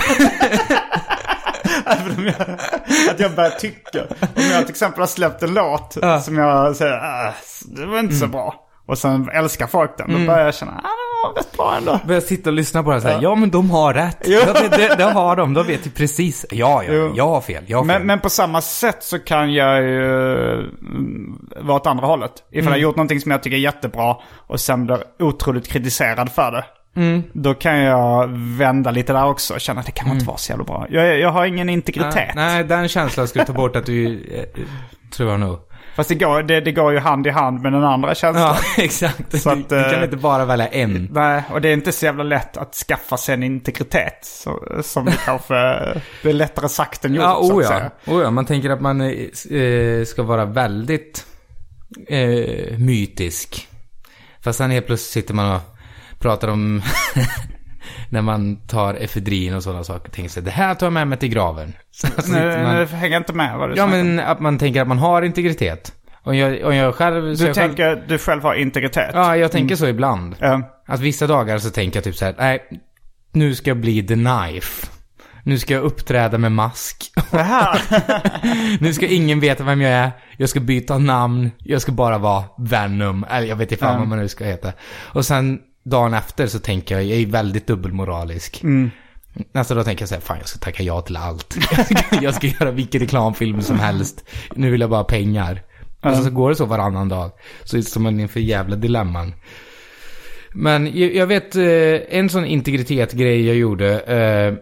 [SPEAKER 3] Att jag börjar tycka. Om jag till exempel har släppt en låt ja. som jag säger, äh, det var inte mm. så bra. Och sen älskar folk den. Då mm. börjar jag känna, ah, det var rätt bra ändå.
[SPEAKER 4] Börjar sitta och lyssna på det och säga, ja. ja men de har rätt. Ja, det, det har de, då vet du precis. Ja, ja, jag har fel. Jag har fel.
[SPEAKER 3] Men, men på samma sätt så kan jag ju vara åt andra hållet. Ifall mm. jag har gjort någonting som jag tycker är jättebra och sen blir otroligt kritiserad för det. Mm. Då kan jag vända lite där också och känna att det kan mm. inte vara så jävla bra. Jag, jag har ingen integritet.
[SPEAKER 4] Nej, nej, den känslan ska du ta bort att du eh, tror jag nog.
[SPEAKER 3] Fast det går, det, det går ju hand i hand med den andra känslan.
[SPEAKER 4] Ja, exakt.
[SPEAKER 3] Så att,
[SPEAKER 4] du kan inte bara välja en.
[SPEAKER 3] Nej, och det är inte så jävla lätt att skaffa sig en integritet. Så, som det kanske det är lättare sagt än gjort,
[SPEAKER 4] ja,
[SPEAKER 3] så
[SPEAKER 4] oh
[SPEAKER 3] att
[SPEAKER 4] ja.
[SPEAKER 3] säga.
[SPEAKER 4] Oh ja, man tänker att man eh, ska vara väldigt eh, mytisk. Fast sen helt plötsligt sitter man och pratar om när man tar efedrin och sådana saker. Tänker sig, det här tar jag med mig till graven. Så
[SPEAKER 3] Nej,
[SPEAKER 4] man...
[SPEAKER 3] det hänger inte med vad du
[SPEAKER 4] Ja,
[SPEAKER 3] snackar.
[SPEAKER 4] men att man tänker att man har integritet. Och jag, och jag själv...
[SPEAKER 3] Du
[SPEAKER 4] jag
[SPEAKER 3] tänker
[SPEAKER 4] själv...
[SPEAKER 3] du själv har integritet?
[SPEAKER 4] Ja, jag tänker mm. så ibland.
[SPEAKER 3] Mm.
[SPEAKER 4] Att vissa dagar så tänker jag typ så här, nej, nu ska jag bli The Knife. Nu ska jag uppträda med mask. Nu ska ingen veta vem jag är. Jag ska byta namn. Jag ska bara vara Venom. Eller jag vet inte fan mm. vad man nu ska heta. Och sen dagen efter så tänker jag, jag är väldigt dubbelmoralisk. Mm. Alltså då tänker jag så här, fan jag ska tacka ja till allt. Jag ska göra vilken reklamfilm som helst. Nu vill jag bara ha pengar. Mm. Och så går det så varannan dag. Så är man inför jävla dilemman. Men jag, jag vet, en sån integritetsgrej jag gjorde... Eh,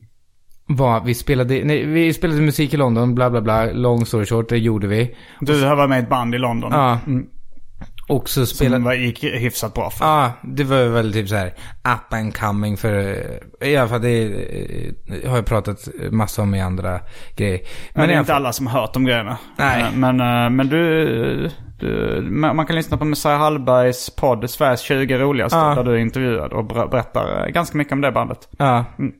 [SPEAKER 4] var, vi spelade nej, vi spelade musik i London, bla bla bla, long story short, det gjorde vi.
[SPEAKER 3] Du har varit med i ett band i London.
[SPEAKER 4] Ja. Mm. Och så spelade...
[SPEAKER 3] Som var, gick hyfsat bra för.
[SPEAKER 4] Ja, det var väl typ så här up and coming för... I alla fall, det har jag pratat massa om i andra grejer.
[SPEAKER 3] Men, men det är inte alla som har hört om grejerna.
[SPEAKER 4] Nej.
[SPEAKER 3] Men, men du, du... Man kan lyssna på Messiah Hallbergs podd Sveriges tjugo roligaste, ja. Där du är intervjuad och berättar ganska mycket om det bandet.
[SPEAKER 4] Ja. Mm.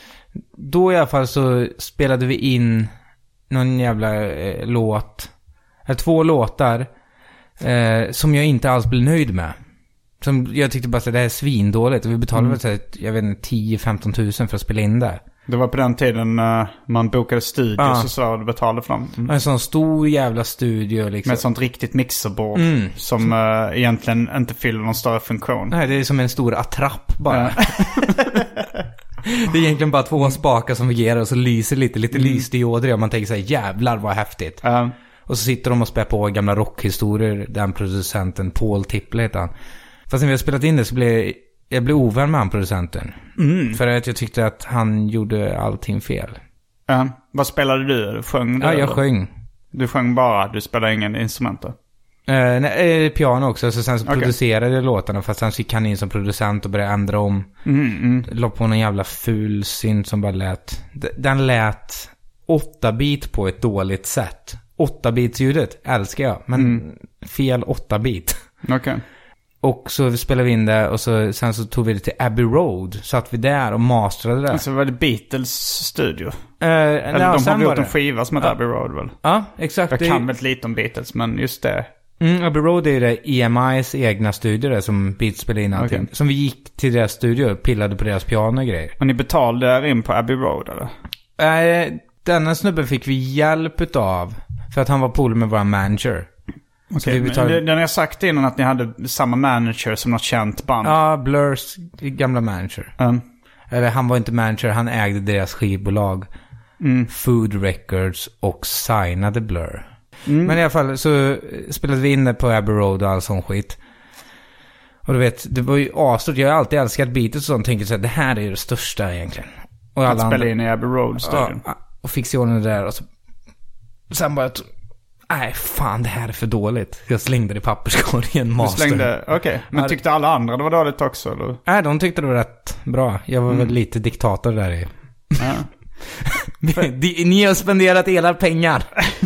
[SPEAKER 4] Då i alla fall så spelade vi in någon jävla eh, låt. Eller två låtar eh, som jag inte alls blev nöjd med. Som jag tyckte bara att det här är svindåligt. Och vi betalade mm. väl jag vet inte, tio femton tusen för att spela in det.
[SPEAKER 3] Det var på den tiden uh, man bokade studios ja. Och så du betalade för dem. Mm.
[SPEAKER 4] En sån stor jävla studio liksom.
[SPEAKER 3] Med ett sånt riktigt mixerbord mm. som uh, egentligen inte fyller någon större funktion.
[SPEAKER 4] Nej, det är som en stor attrapp bara. Ja. Det är egentligen bara två spakar som fungerar och så lyser lite, lite mm. lysdioder och man tänker så här, jävlar vad häftigt. Uh. Och så sitter de och spär på gamla rockhistorier, den producenten Paul Tipple heter han. Fast när vi har spelat in det så blev jag blev ovän med han producenten. Mm. För att jag tyckte att han gjorde allting fel.
[SPEAKER 3] Uh. Vad spelade du? Sjöng du?
[SPEAKER 4] Ja, jag sjöng.
[SPEAKER 3] Du sjöng bara, du spelade ingen instrumenter?
[SPEAKER 4] Uh, nej, piano också. Så sen så okay. producerade jag låtarna. Fast sen fick han in som producent och började ändra om. Mm, mm. Låg på någon jävla ful synt som bara lät. Den lät åtta bit på ett dåligt sätt. åtta bits ljudet älskar jag. Men mm. fel åtta bit.
[SPEAKER 3] Okej. Okay.
[SPEAKER 4] Och så spelade vi in det. Och så, sen så tog vi det till Abbey Road. Satt vi där och masterade det.
[SPEAKER 3] Alltså var det Beatles studio?
[SPEAKER 4] Uh,
[SPEAKER 3] Eller
[SPEAKER 4] ja,
[SPEAKER 3] de har gjort en skiva som heter uh, Abbey Road väl?
[SPEAKER 4] Ja, exakt.
[SPEAKER 3] Jag kan väl lite om Beatles, men just det.
[SPEAKER 4] Mm, Abbey Road är det E M I:s egna studio där som Beats spelade in allting. Okay. Som vi gick till deras studio och pillade på deras piano och grejer.
[SPEAKER 3] Och ni betalade där in på Abbey Road eller?
[SPEAKER 4] Nej, uh, denna snubben fick vi hjälp av. För att han var polare med vår manager.
[SPEAKER 3] Okej, okay, betalade... den har sagt innan att ni hade samma manager som något känt band.
[SPEAKER 4] Ja, Blurs gamla manager. Mm. Eller han var inte manager, han ägde deras skivbolag. Mm. Food Records och signade Blur. Mm. Men i alla fall så spelade vi in det på Abbey Road och all sån skit. Och du vet, det var ju asstort. Jag har alltid älskat Beatles och sånt. Tänker så här, det här är det största egentligen. Och
[SPEAKER 3] alla att spela in i Abbey Road-studion.
[SPEAKER 4] Ja, och fixade det där och så... Sen bara... Nej, fan, det här är för dåligt. Jag slängde det i papperskorgen, master.
[SPEAKER 3] Du slängde, okej. Okay. Men tyckte alla andra det var dåligt också, eller?
[SPEAKER 4] Nej, de tyckte det var rätt bra. Jag var mm. väl lite diktator där i. Ja. ni, ni har spenderat era pengar.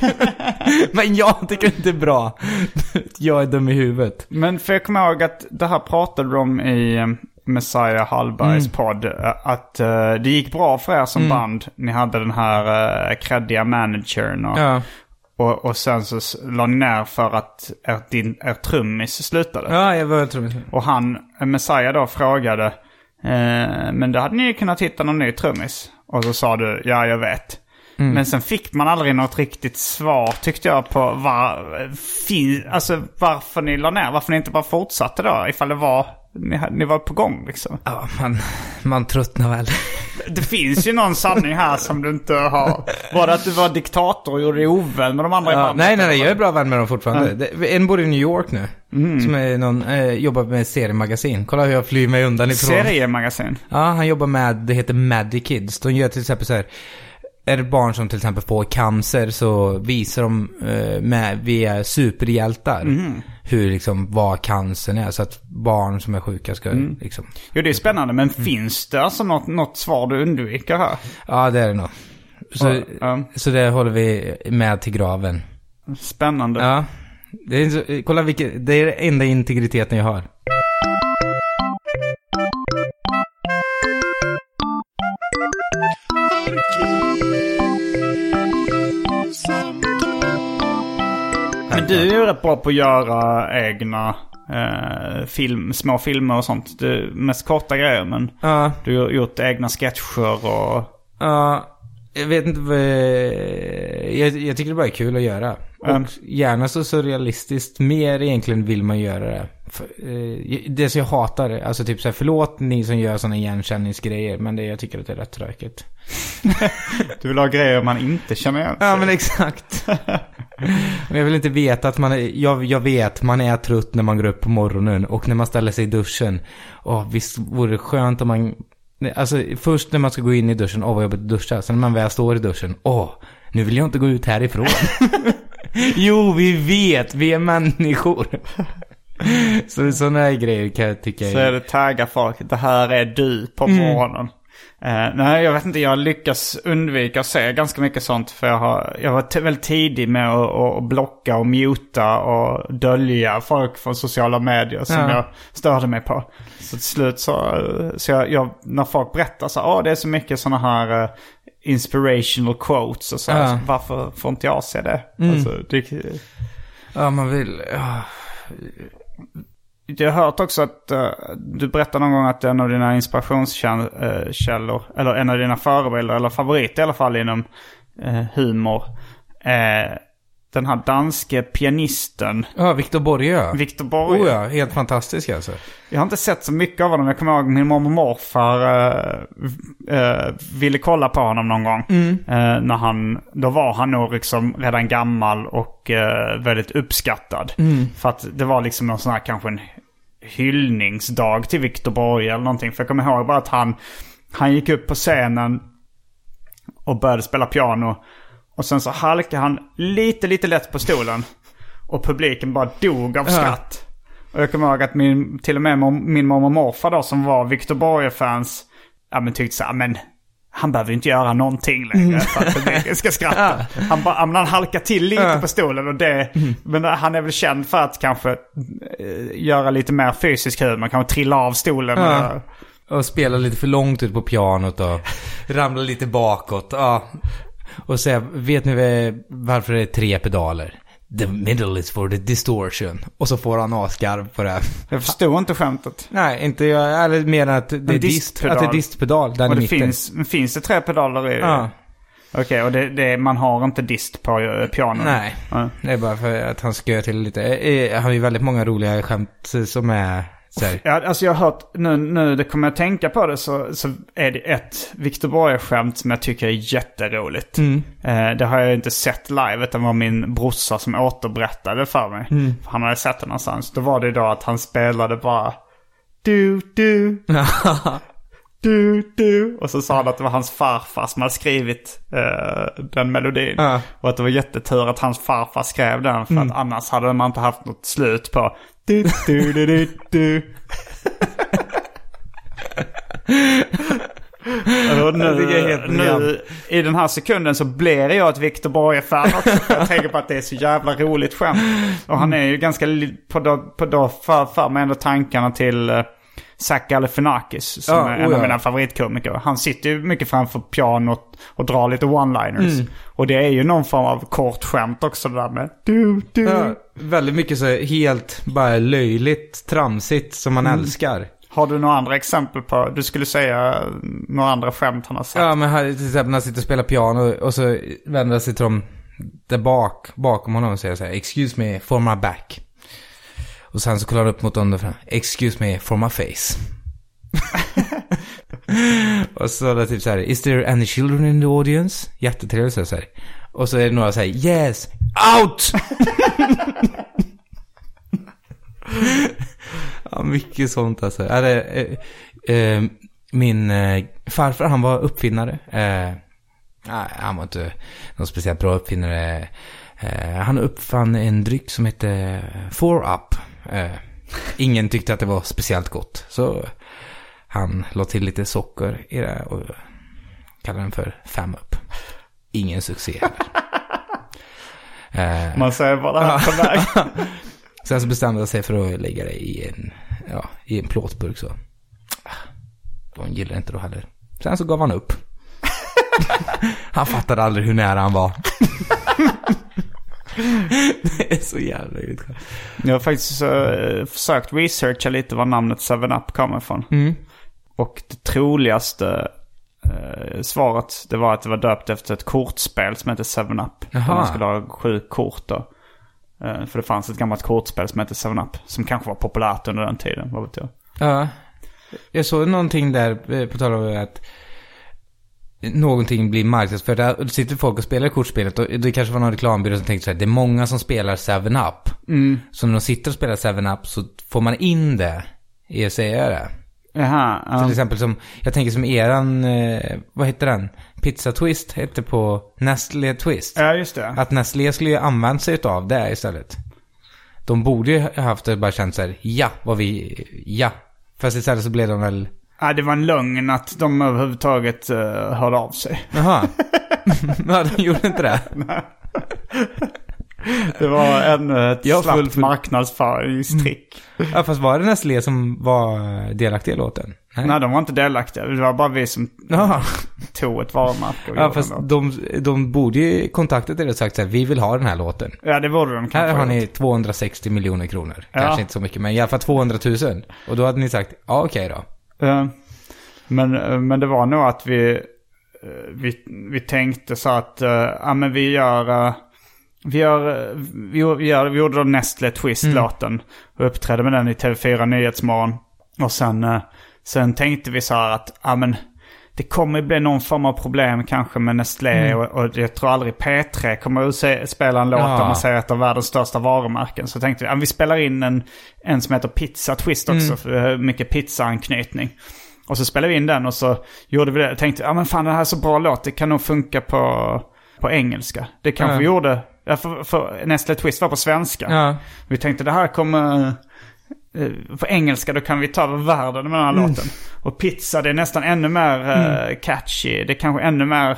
[SPEAKER 4] Men jag tycker inte det är bra. Jag är dum i huvudet.
[SPEAKER 3] Men för jag kommer ihåg att det här pratade de i Messiah Hallbergs mm. podd. Att uh, det gick bra för er som mm. band. Ni hade den här uh, kreddiga managern och... Ja. Och, och sen så la ni ner för att er, din, er trummis slutade.
[SPEAKER 4] Ja, jag var trummis.
[SPEAKER 3] Och han, Messiah då, frågade eh, men då hade ni kunnat hitta någon ny trummis. Och så sa du, ja jag vet. Mm. Men sen fick man aldrig något riktigt svar tyckte jag på var, fin, alltså, varför ni la ner. Varför ni inte bara fortsatte då, ifall det var ni, ni var på gång liksom.
[SPEAKER 4] Ja, man, man tröttnar väl.
[SPEAKER 3] Det finns ju någon sanning här som du inte har. Var det att du var diktator och gjorde dig ovän med de andra
[SPEAKER 4] ja,
[SPEAKER 3] i bandet?
[SPEAKER 4] Nej, nej, nej, jag är bra vän med dem fortfarande. Ja. En bor i New York nu. Mm. Som är någon, eh, jobbar med seriemagasin. Kolla hur jag flyr mig undan ifrån.
[SPEAKER 3] Seriemagasin?
[SPEAKER 4] Ja, han jobbar med, det heter Maddie Kids. De gör till exempel så här, är det barn som till exempel får cancer så visar de eh, med via superhjältar mm. hur liksom vad cancern är så att barn som är sjuka ska mm. liksom.
[SPEAKER 3] Jo, det är spännande, men mm. finns det alltså något, något svar du undviker här?
[SPEAKER 4] Ja, det är det nog. Så,
[SPEAKER 3] och, um.
[SPEAKER 4] så det håller vi med till graven.
[SPEAKER 3] Spännande.
[SPEAKER 4] Ja. Det är så, kolla vilket, det är den enda integriteten jag har.
[SPEAKER 3] Men du är ju rätt bra på att göra egna eh, film, små filmer och sånt. Det är mest korta grejer, men
[SPEAKER 4] ja.
[SPEAKER 3] Du har gjort egna sketcher och...
[SPEAKER 4] Ja, jag vet inte vad... Jag, jag tycker det bara är kul att göra. Och mm. gärna så surrealistiskt. Mer egentligen vill man göra det. För, eh, det som jag hatar det. Alltså typ så här, förlåt ni som gör såna igenkänningsgrejer. Men det, jag tycker att det är rätt tråkigt.
[SPEAKER 3] Du vill ha grejer man inte känner igen sig.
[SPEAKER 4] Ja, men exakt. Men jag vill inte veta att man är... Jag, jag vet, man är trött när man går upp på morgonen. Och när man ställer sig i duschen. Och visst vore det skönt om man... Alltså först när man ska gå in i duschen, åh vad jobbigt att duscha. Sen när man väl står i duschen, åh, nu vill jag inte gå ut härifrån. Jo, vi vet, vi är människor. Så sådana här grejer kan jag tycka.
[SPEAKER 3] Så är det tagga folk, det här är du på morgonen. Mm. Uh, nej, jag vet inte, jag lyckas undvika att se ganska mycket sånt. För jag, har, jag var t- väldigt tidig med att, att blocka och muta och dölja folk från sociala medier som ja. jag störde mig på. Så till slut så, så jag, jag, när folk berättar så åh, det är så mycket såna här uh, inspirational quotes och så, ja. så varför får inte jag se det? Mm. Alltså, det...
[SPEAKER 4] Ja, man vill... Ja.
[SPEAKER 3] Jag har hört också att uh, du berättade någon gång att en av dina inspirationskällor, eller en av dina förebilder, eller favoriter i alla fall inom uh, humor, uh, den här danske pianisten.
[SPEAKER 4] Ja, Victor Borge.
[SPEAKER 3] Victor Borge.
[SPEAKER 4] Oh ja, helt fantastisk alltså.
[SPEAKER 3] Jag har inte sett så mycket av honom. Jag kommer ihåg min mormor och morfar uh, uh, ville kolla på honom någon gång. Mm. Uh, när han, då var han nog liksom redan gammal och uh, väldigt uppskattad. Mm. För att det var liksom någon sån här kanske en hyllningsdag till Victor Borge eller någonting. För jag kommer ihåg bara att han, han gick upp på scenen och började spela piano. Och sen så halkade han lite, lite lätt på stolen. Och publiken bara dog av skratt. Ja. Och jag kommer ihåg att min, till och med min mamma och morfar då, som var Victor Borge-fans, ja, men tyckte så här, men han behöver inte göra någonting längre för att publiken ska skratta. Ja. Han, bara, han halkar till lite ja. på stolen och det, mm. men han är väl känd för att kanske äh, göra lite mer fysisk humor. Man kan trilla av stolen.
[SPEAKER 4] Ja. Och, och spela lite för långt ut på pianot och ramla lite bakåt. Ja. Och säga, vet ni varför det är tre pedaler? The middle is for the distortion. Och så får han askarv på det.
[SPEAKER 3] Jag förstår inte skämtet.
[SPEAKER 4] Nej, inte jag. Eller mer att det är dist, att det är distpedal.
[SPEAKER 3] Och det finns, finns det tre pedaler i...
[SPEAKER 4] Ja.
[SPEAKER 3] Okej, okay, och det, det, man har inte dist på pianon?
[SPEAKER 4] Nej, ja. Det är bara för att han ska till lite... Jag har ju väldigt många roliga skämt som är...
[SPEAKER 3] Ja, alltså jag har hört, nu, nu det kommer jag tänka på det, så, så är det ett Victor Borge-skämt som jag tycker är jätteroligt. Mm. Eh, det har jag inte sett live, utan var min brorsa som återberättade för mig. Mm. För han hade sett det någonstans. Då var det då att han spelade bara du, du, du, du. Och så sa han att det var hans farfar som hade skrivit eh, den melodin. Ja. Och att det var jättetur att hans farfar skrev den, för mm. att annars hade man inte haft något slut på du, du, du, du, du. Alltså, nu, nu, i den här sekunden så blir jag ett Victor Borge-fan också. Jag tänker på att det är så jävla roligt skämt. Och han är ju ganska på då, på då för, för mig ändå tankarna till uh, Zach Galifianakis, som ja, är en oh, av mina ja. favoritkomiker. Han sitter ju mycket framför pianot och drar lite one-liners. Mm. Och det är ju någon form av kort skämt också, det där med du, du.
[SPEAKER 4] Ja, väldigt mycket så helt bara löjligt, tramsigt som man mm. älskar.
[SPEAKER 3] Har du några andra exempel på, du skulle säga några andra skämt han har sagt?
[SPEAKER 4] Ja, men här, till exempel när han sitter och spelar piano och så vänder sig till dem där bak, bakom honom och säger så här, excuse me for my back. Och sen så kollar han upp mot honom fram. Excuse me for my face. Och så är det typ så här: is there any children in the audience? Jättetrevligt så här. Och så är det några så här: yes, out! Ja, mycket sånt alltså. Är det, eh, eh, min eh, farfar, han var uppfinnare. Eh, nej, han var inte någon speciellt bra uppfinnare. Eh, han uppfann en dryck som hette four up. Eh, ingen tyckte att det var speciellt gott. Så han la till lite socker i det och kallade den för fem upp. Ingen succé. eh,
[SPEAKER 3] Man säger bara det här på väg.
[SPEAKER 4] Sen så bestämde jag sig för att lägga det i en, ja, i en plåtburk så. De gillade inte då heller. Sen så gav han upp. Han fattade aldrig hur nära han var. Det är så jävla utgått.
[SPEAKER 3] Jag har faktiskt uh, försökt researcha lite var namnet seven up kommer ifrån.
[SPEAKER 4] Mm.
[SPEAKER 3] Och det troligaste uh, svaret, det var att det var döpt efter ett kortspel som heter seven up. Man skulle ha sju kort då. Uh, för det fanns ett gammalt kortspel som heter seven up som kanske var populärt under den tiden, vad vet jag.
[SPEAKER 4] Ja, jag såg någonting där på tal om att någonting blir marknadsfört. Där sitter folk och spelar kortspelet och det kanske var någon reklambyrå som tänkte så här: det är många som spelar seven up. Mm. Så när de sitter och spelar seven up så får man in det i att säga det.
[SPEAKER 3] Jaha, um.
[SPEAKER 4] Till exempel som, jag tänker som eran, eh, vad heter den? Pizza Twist hette på Nestlé Twist.
[SPEAKER 3] Ja, just det.
[SPEAKER 4] Att Nestlé skulle ju använt sig av det istället. De borde ju ha haft det, bara känt så här: ja, vad vi, ja. Fast istället så blev de väl...
[SPEAKER 3] Ja, det var en lögn att de överhuvudtaget uh, hörde av sig.
[SPEAKER 4] Jaha. Ja, de gjorde inte det.
[SPEAKER 3] Nej. Det var en ett
[SPEAKER 4] ja,
[SPEAKER 3] slappt
[SPEAKER 4] full, full...
[SPEAKER 3] marknadsföringstrick.
[SPEAKER 4] Mm. Ja, fast var det Nestlé som var delaktig i låten?
[SPEAKER 3] Nej. Nej, de var inte delaktiga. Det var bara vi som
[SPEAKER 4] Aha.
[SPEAKER 3] tog ett varumärke.
[SPEAKER 4] Ja, fast de, de borde ju kontaktat er och sagt så här: vi vill ha den här låten.
[SPEAKER 3] Ja, det borde de kanske.
[SPEAKER 4] Här har ni tvåhundrasextio miljoner kronor.
[SPEAKER 3] Ja.
[SPEAKER 4] Kanske inte så mycket, men i alla fall tvåhundratusen. Och då hade ni sagt, ja okej okay då.
[SPEAKER 3] Uh, men, men det var nog att vi, uh, vi, vi tänkte så att uh, ja, men vi gör... Uh, Vi, gör, vi, gör, vi gjorde då Nestlé Twist-låten mm. och uppträdde med den i T V fyra Nyhetsmorgon. Och sen, sen tänkte vi så här att ja, men det kommer bli någon form av problem kanske med Nestlé. Mm. Och, och jag tror aldrig P tre kommer att se, spela en låt ja. Där man säger ett av världens största varumärken. Så tänkte vi, ja, vi spelar in en, en som heter Pizza Twist också. Mm. För mycket pizza-anknytning. Och så spelade vi in den och så gjorde vi det. Jag tänkte, ja men fan, det här är så bra låt. Det kan nog funka på, på engelska. Det kanske ja. Vi gjorde... Ja, för, för Nestlé Twist var på svenska. Ja. Vi tänkte det här kommer på engelska, då kan vi ta världen med den här mm. låten. Och pizza, det är nästan ännu mer mm. uh, catchy. Det är kanske ännu mer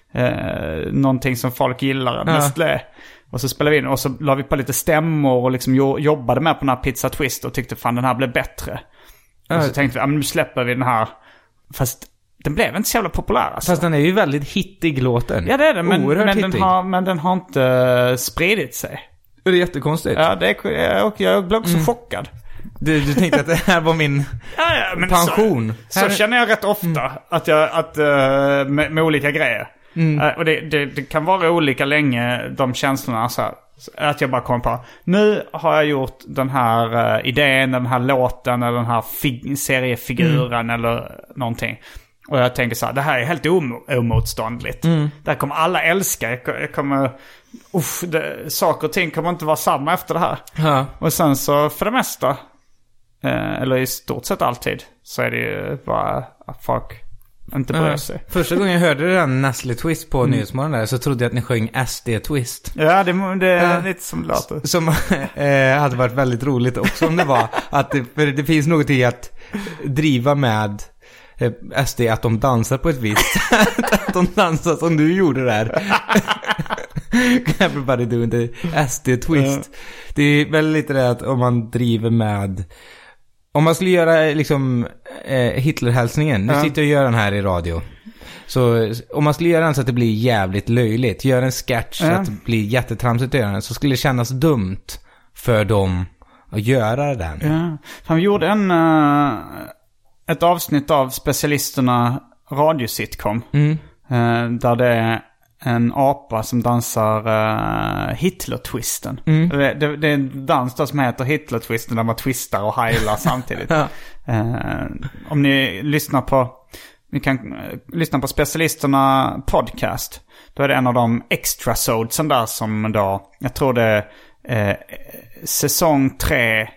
[SPEAKER 3] uh, någonting som folk gillar. Ja. Nestlé. Och så spelade vi in och så la vi på lite stämmor och liksom jo- jobbade med på den här Pizza Twist och tyckte fan den här blev bättre. Ja. Och så tänkte vi, ja men nu släpper vi den här. Fast den blev inte så jävla populär alltså.
[SPEAKER 4] Fast den är ju väldigt hittig låten.
[SPEAKER 3] Ja det är det, men, men, den, har, men den har inte spridit sig.
[SPEAKER 4] Det är jättekonstigt.
[SPEAKER 3] Ja, det är, och jag blev också mm. chockad.
[SPEAKER 4] Du, du tänkte att det här var min
[SPEAKER 3] ja, ja, men
[SPEAKER 4] pension.
[SPEAKER 3] Så, så känner jag rätt ofta mm. att jag, att, med, med olika grejer. Mm. Och det, det, det kan vara olika länge, de känslorna så här, att jag bara kommer på, nu har jag gjort den här uh, idén, den här låten eller den här fig- seriefiguren mm. eller någonting. Och jag tänker så här, det här är helt om- omotståndligt. Mm. Det här kommer alla älska. Jag kommer, uff, det, saker och ting kommer inte vara samma efter det här. Ja. Och sen så för det mesta, eh, eller i stort sett alltid, så är det ju bara att folk inte bryr ja. Sig.
[SPEAKER 4] Första gången jag hörde den Nestlé Twist på mm. Nyhetsmorgon där, så trodde jag att ni sjöng S D Twist.
[SPEAKER 3] Ja, det, det är äh, lite som det låter.
[SPEAKER 4] Som eh, hade varit väldigt roligt också om det var. Att det, för det finns något i att driva med S D, att de dansar på ett visst sätt. Att de dansar som du gjorde där. Everybody doing the S D twist. Ja. Det är väl lite det att om man driver med, om man skulle göra liksom eh, Hitler-hälsningen. Nu ja. Sitter jag och gör den här i radio. Så om man skulle göra den så att det blir jävligt löjligt, gör en sketch ja. Så att det blir jättetramsigt att göra den, så skulle det kännas dumt för dem att göra den.
[SPEAKER 3] Ja. Han gjorde en uh... ett avsnitt av Specialisterna radiositcom mm. eh, där det en apa som dansar uh, Hitler-twisten.
[SPEAKER 4] Mm.
[SPEAKER 3] Det, det, det är en dans då som heter Hitler-twisten där man twistar och heilar samtidigt.
[SPEAKER 4] Ja.
[SPEAKER 3] Uh, om ni lyssnar på ni kan uh, lyssna på Specialisterna podcast, då är det en av de extra-sodesen där som då, jag tror det är uh, säsong tre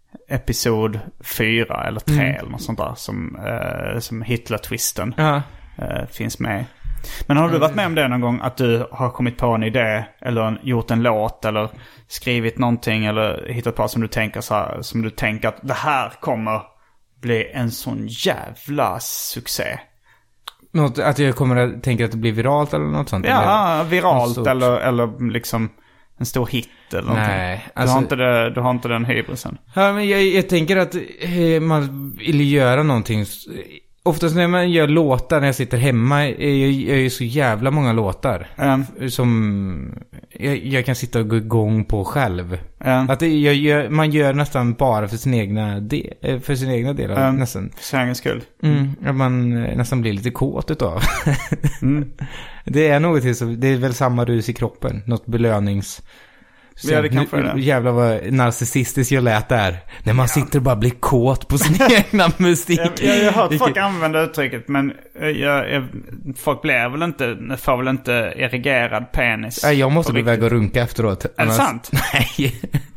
[SPEAKER 3] episod fyra eller tre mm. eller något sånt där som, uh, som Hitler-twisten
[SPEAKER 4] ja.
[SPEAKER 3] uh, finns med. Men har du varit med om det någon gång, att du har kommit på en idé eller gjort en låt eller skrivit någonting eller hittat på som du tänker så här, som du tänker att det här kommer bli en sån jävla succé?
[SPEAKER 4] Något, att jag kommer att tänka att det blir viralt eller något sånt?
[SPEAKER 3] Ja,
[SPEAKER 4] eller
[SPEAKER 3] viralt eller, eller liksom en stor hit eller någonting.
[SPEAKER 4] Nej,
[SPEAKER 3] alltså,
[SPEAKER 4] alltså,
[SPEAKER 3] du, har inte det, du har inte den hybrisen.
[SPEAKER 4] Ja, men jag, jag tänker att eh, man vill göra någonting. Oftast när man gör låtar när jag sitter hemma är jag, jag är så jävla många låtar mm. som jag, jag kan sitta och gå igång på själv. Mm. Att det, jag gör, man gör nästan bara för sin egna del, för sin egna del mm. nästan.
[SPEAKER 3] För sin egen skull.
[SPEAKER 4] Mm. Att man nästan blir lite kåt utav. mm. Det är något till så, det är väl samma rus i kroppen, något belönings. Så,
[SPEAKER 3] ja, det kanske
[SPEAKER 4] nu,
[SPEAKER 3] det.
[SPEAKER 4] Jävlar vad narcissistiskt jag lät där. När man ja. sitter och bara blir kåt på sin egna musik.
[SPEAKER 3] Jag, jag, jag har hört folk använda uttrycket, men jag, jag, folk blir väl inte, får väl inte erigerad penis.
[SPEAKER 4] Nej, jag måste bli väga och runka efteråt.
[SPEAKER 3] Är det sant?
[SPEAKER 4] Nej.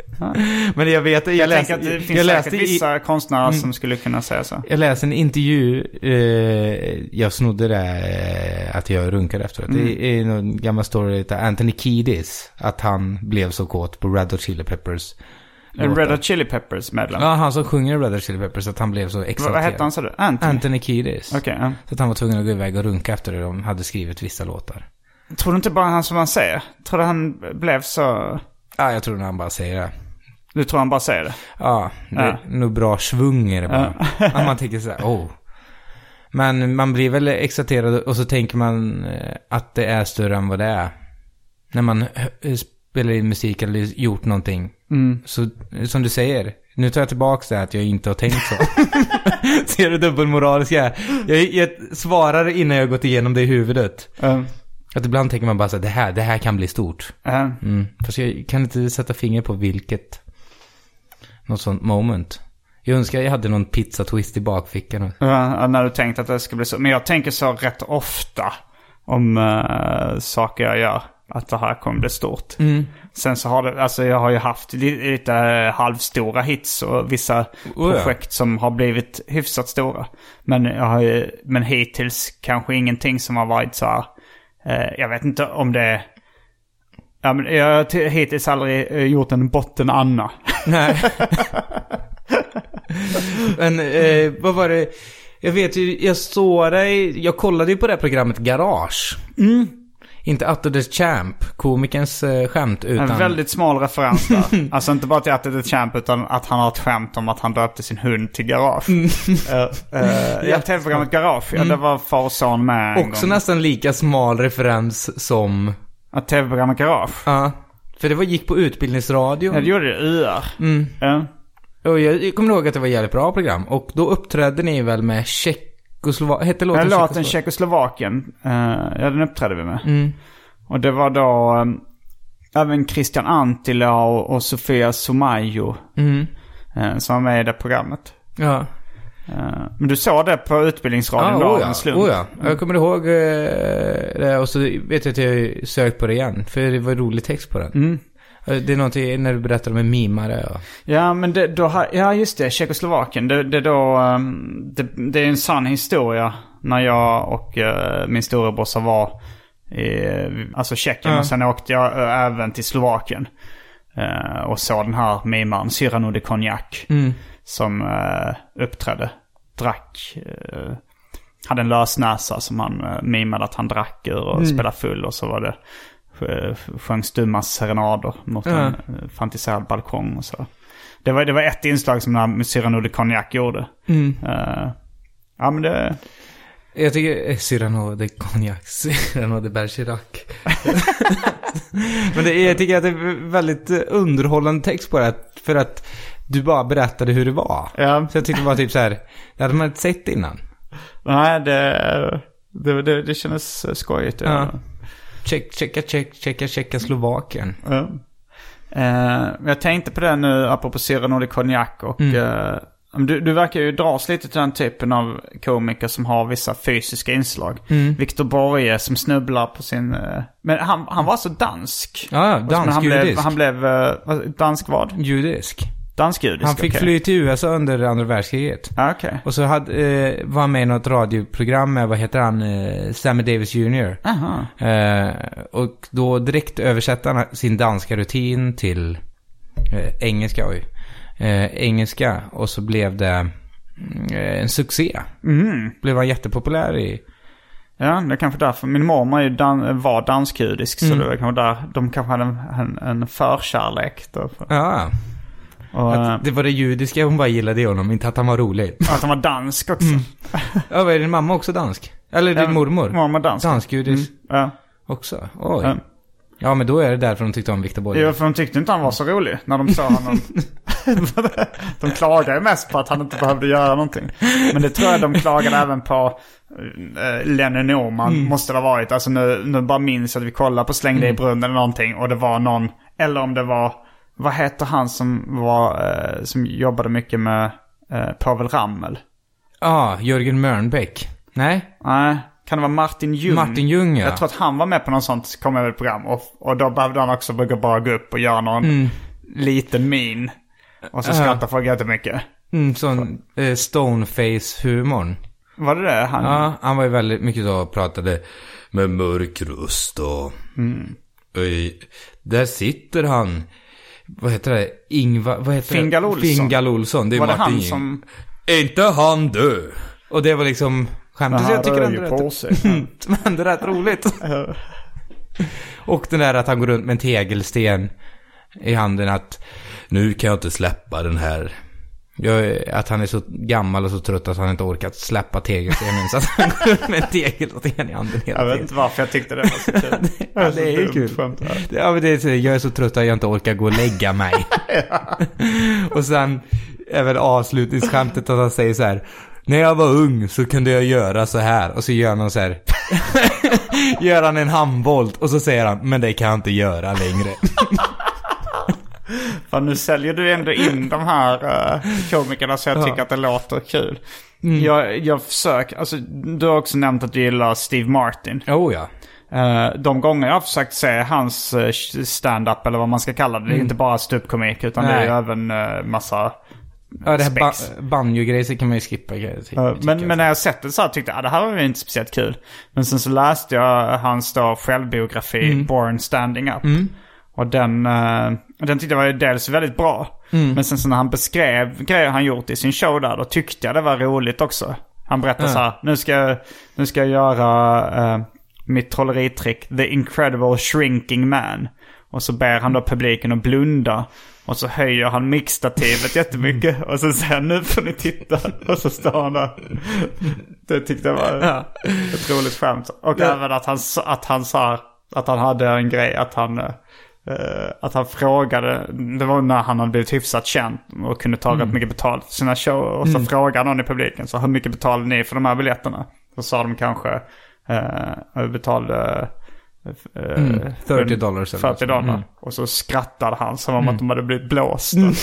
[SPEAKER 4] Men jag vet, jag,
[SPEAKER 3] jag
[SPEAKER 4] läste,
[SPEAKER 3] tänker att det finns
[SPEAKER 4] jag
[SPEAKER 3] säkert
[SPEAKER 4] läste
[SPEAKER 3] vissa
[SPEAKER 4] i,
[SPEAKER 3] konstnärer
[SPEAKER 4] mm,
[SPEAKER 3] som skulle kunna säga så.
[SPEAKER 4] Jag läste en intervju, eh, jag snodde det eh, att jag runkade efteråt. Mm. Det är någon gammal story av Anthony Kiedis, att han blev så kåt på Red Hot Chili Peppers.
[SPEAKER 3] En Red Hot Chili Peppers medlem?
[SPEAKER 4] Ja, han som sjunger Red Hot Chili Peppers, att han blev så exalterad.
[SPEAKER 3] Vad hette han, sa du? Anthony?
[SPEAKER 4] Anthony Kiedis.
[SPEAKER 3] Okej. Okay, ja.
[SPEAKER 4] Så att han var tvungen att gå iväg och runka efter det. De hade skrivit vissa låtar.
[SPEAKER 3] Tror du inte bara han som man säger? Tror du han blev så...
[SPEAKER 4] Ja, jag tror att han bara säger det.
[SPEAKER 3] Du tror han bara säger det?
[SPEAKER 4] Ja, det är ja. nog bra svung är det bara. Ja. Man tänker så här, oh. Men man blir väl exalterad och så tänker man att det är större än vad det är. När man spelar in musik eller gjort någonting. Mm. Så som du säger, nu tar jag tillbaka det att jag inte har tänkt så. Ser du dubbelmoraliska? Jag, jag svarar innan jag har gått igenom det i huvudet. Mm. Att ibland tänker man bara så här, det här, det här kan bli stort. Mm. Mm. Fast jag kan inte sätta finger på vilket... Något sånt moment. Jag önskar jag hade någon pizza twist i bakfickan.
[SPEAKER 3] Ja, när du tänkte att det skulle bli så. Men jag tänker så rätt ofta om uh, saker jag gör. Att det här kommer bli stort. Mm. Sen så har det, alltså jag har ju haft lite halvstora hits och vissa oh, projekt ja. som har blivit hyfsat stora. Men jag har ju, men hittills kanske ingenting som har varit så här. Uh, jag vet inte om det... Ja, men jag har hittills aldrig gjort en botten Anna. Nej.
[SPEAKER 4] Men eh, vad var det? Jag vet ju, jag såg dig, jag kollade ju på det här programmet Garage. Mm. Inte Atte the Champ, komikerns eh, skämt, utan...
[SPEAKER 3] En väldigt smal referens där. Alltså inte bara till Atte the Champ, utan att han har ett skämt om att han döpte sin hund till Garage. Mm. uh, uh, ja, tv-programmet Garage, ja, mm. det var far och son med en
[SPEAKER 4] också
[SPEAKER 3] gång.
[SPEAKER 4] Nästan lika smal referens som...
[SPEAKER 3] Att tv-programmet Garage?
[SPEAKER 4] Ja, för det var, gick på utbildningsradio.
[SPEAKER 3] Ja, det gjorde det, U R. Mm.
[SPEAKER 4] Ja. Och jag, jag kommer ihåg att det var ett jävligt bra program. Och då uppträdde ni väl med Tjeckoslovakien? Hette låten
[SPEAKER 3] Tjeckoslovakien? Låten Tjeckoslovakien. Uh, ja, den uppträdde vi med. Mm. Och det var då um, även Christian Antila och, och Sofia Somayo mm. uh, som var med i det programmet. Ja. Uh, men du såg det på utbildningsradion
[SPEAKER 4] ah,
[SPEAKER 3] då
[SPEAKER 4] oh ja,
[SPEAKER 3] en slump.
[SPEAKER 4] Oh ja. Jag kommer ihåg uh, det, och så vet jag att jag sökt på det igen. För det var rolig text på den. Mm. Det är någonting när du berättar om en mimare. Ja,
[SPEAKER 3] ja men det, då, ja just det, Tjeckoslovakien. Det, det, då, um, det, det är en sann historia när jag och uh, min storebrorsa var i alltså Tjeckien. Mm. Och sen åkte jag uh, även till Slovakien. Uh, och såg den här mimaren, Cyrano de Cognac. Mm. Som uh, uppträdde, drack, uh, hade en lösnäsa som han uh, mimade att han drack ur och mm. spelade full. Och så var det sjöng stumma serenader mot mm. en uh, fantiserad balkong och så. Det var, det var ett inslag som när Cyrano de Cognac gjorde. Mm. Uh, ja men det...
[SPEAKER 4] Jag tycker Cyrano de Cognac, Cyrano de Bergerac. Men det är, jag tycker att det är väldigt underhållande text på det. För att du bara berättade hur det var. Ja. Så jag tyckte det var typ så här, det hade man inte sett innan.
[SPEAKER 3] Nej, det, det, det, det kändes skojigt. Ja.
[SPEAKER 4] Check, checka, check, checka, checka Slovakien.
[SPEAKER 3] Ja. Uh, jag tänkte på det nu apropå Cyrano Nordic Cognac och mm. uh, du, du verkar ju dras lite till den typen av komiker som har vissa fysiska inslag. Mm. Victor Borge som snubblar på sin... Uh, men han, han var så dansk.
[SPEAKER 4] Ja, dansk-judisk.
[SPEAKER 3] Han blev, han blev uh, dansk vad?
[SPEAKER 4] Judisk.
[SPEAKER 3] Dansk-judisk,
[SPEAKER 4] Han fick
[SPEAKER 3] okay.
[SPEAKER 4] fly till U S A under andra världskriget.
[SPEAKER 3] Ah, okay.
[SPEAKER 4] Och så hade, eh, var han med i något radioprogram med, vad heter han? Eh, Sammy Davis junior
[SPEAKER 3] Aha.
[SPEAKER 4] Eh, och då direkt översatte han sin danska rutin till eh, engelska. Oj. Eh, engelska. Och så blev det eh, en succé.
[SPEAKER 3] Mm.
[SPEAKER 4] Blev han jättepopulär i...
[SPEAKER 3] Ja, det är kanske därför. Min mormor är dan- var dansk-judisk. Mm. Så det var kanske där de kanske hade en, en, en förkärlek. Då.
[SPEAKER 4] Ja. Och, att det var det judiska hon bara gillade i honom, inte att han var rolig.
[SPEAKER 3] Att han var dansk också. Mm.
[SPEAKER 4] Ja, var din mamma också dansk? Eller din ja, mormor?
[SPEAKER 3] Mamma dansk.
[SPEAKER 4] Dansk-judisk.
[SPEAKER 3] Mm. Ja.
[SPEAKER 4] Också? Oj.
[SPEAKER 3] Ja.
[SPEAKER 4] Ja, men då är det därför de tyckte om Victor Borge.
[SPEAKER 3] Ja, för de tyckte inte han var så rolig när de sa honom. De klagade ju mest på att han inte behövde göra någonting. Men det tror jag de klagade även på äh, Lenny Norman. Mm. Måste det ha varit. Alltså nu, nu bara minns att vi kollade på Slängde mm. i brunnen eller någonting. Och det var någon, eller om det var, vad heter han som var äh, som jobbade mycket med äh, Pavel Ramel?
[SPEAKER 4] Ja, ah, Jörgen Mörnbäck. Nej?
[SPEAKER 3] Nej. Kan det vara Martin Ljung?
[SPEAKER 4] Martin Ljung, ja.
[SPEAKER 3] Jag tror att han var med på något sånt komediprogram. Och, och då behövde han också börja bara gå upp och göra någon mm. liten min. Och så skrattar uh. folk jättemycket.
[SPEAKER 4] Mm, sån eh, stoneface-humorn.
[SPEAKER 3] Var det det? Han...
[SPEAKER 4] Ja, han var ju väldigt mycket så och pratade med mörk röst och... Mm. Öj, där sitter han. Vad heter det? Ingvar... Vad heter
[SPEAKER 3] Fingal Olsson.
[SPEAKER 4] Fingal Olsson. Det är
[SPEAKER 3] var
[SPEAKER 4] Martin
[SPEAKER 3] det han
[SPEAKER 4] Ljung.
[SPEAKER 3] som...
[SPEAKER 4] Är inte han död? Och det var liksom... Skämtet, så jag tycker ändå
[SPEAKER 3] på
[SPEAKER 4] rätt,
[SPEAKER 3] sig.
[SPEAKER 4] men det är rätt roligt. Och den där att han går runt med en tegelsten i handen, att nu kan jag inte släppa den här. Jag, att han är så gammal och så trött att han inte orkat släppa tegelstenen, så att han går runt med en tegelsten i handen hela
[SPEAKER 3] Jag vet inte varför jag tyckte det var så kul.
[SPEAKER 4] det, ja, det är ju kul. Ja, men det är, jag är så trött att jag inte orkar gå och lägga mig. Ja. Och sen även avslutningsskämtet att han säger så här: när jag var ung så kunde jag göra så här. Och så gör han så här. Gör han en handboll. Och så säger han, men det kan jag inte göra längre.
[SPEAKER 3] För nu säljer du ändå in de här uh, komikerna, så jag tycker ja. att det låter kul. Mm. Jag, jag försöker, alltså du har också nämnt att du gillar Steve Martin.
[SPEAKER 4] Oh ja.
[SPEAKER 3] Uh, de gånger jag har försökt se hans uh, stand-up, eller vad man ska kalla det. Det är mm. inte bara ståuppkomik, utan Nej. det är ju även uh, massa...
[SPEAKER 4] Ja, det här ba- banjo-grejer kan man ju skippa. Tycker,
[SPEAKER 3] uh, men, men när jag sett det så här tyckte jag att ah, det här var ju inte speciellt kul. Men sen så läste jag hans då självbiografi, mm. Born Standing Up. Mm. Och den, uh, den tyckte jag var ju dels väldigt bra. Mm. Men sen så när han beskrev grejer han gjort i sin show där, då tyckte jag det var roligt också. Han berättade mm. så här, nu ska jag, nu ska jag göra uh, mitt trolleritrick, The Incredible Shrinking Man. Och så ber han då publiken att blunda. Och så höjer han mixstativet jättemycket. Och så säger han, nu får ni titta. Och så står han där. Det tyckte jag var ja. ett roligt skämt. Och ja. även att han, att han sa att han hade en grej. Att han, uh, att han frågade. Det var när han hade blivit hyfsat känd. Och kunde ta mm. rätt mycket betalt för sina show. Och så mm. frågade någon i publiken. Så hur mycket betalade ni för de här biljetterna? Så sa de kanske uh, betalade...
[SPEAKER 4] Mm, trettio dollar
[SPEAKER 3] fyrtio dollar mm. Och så skrattade han som om mm. att de hade blivit blåst. mm.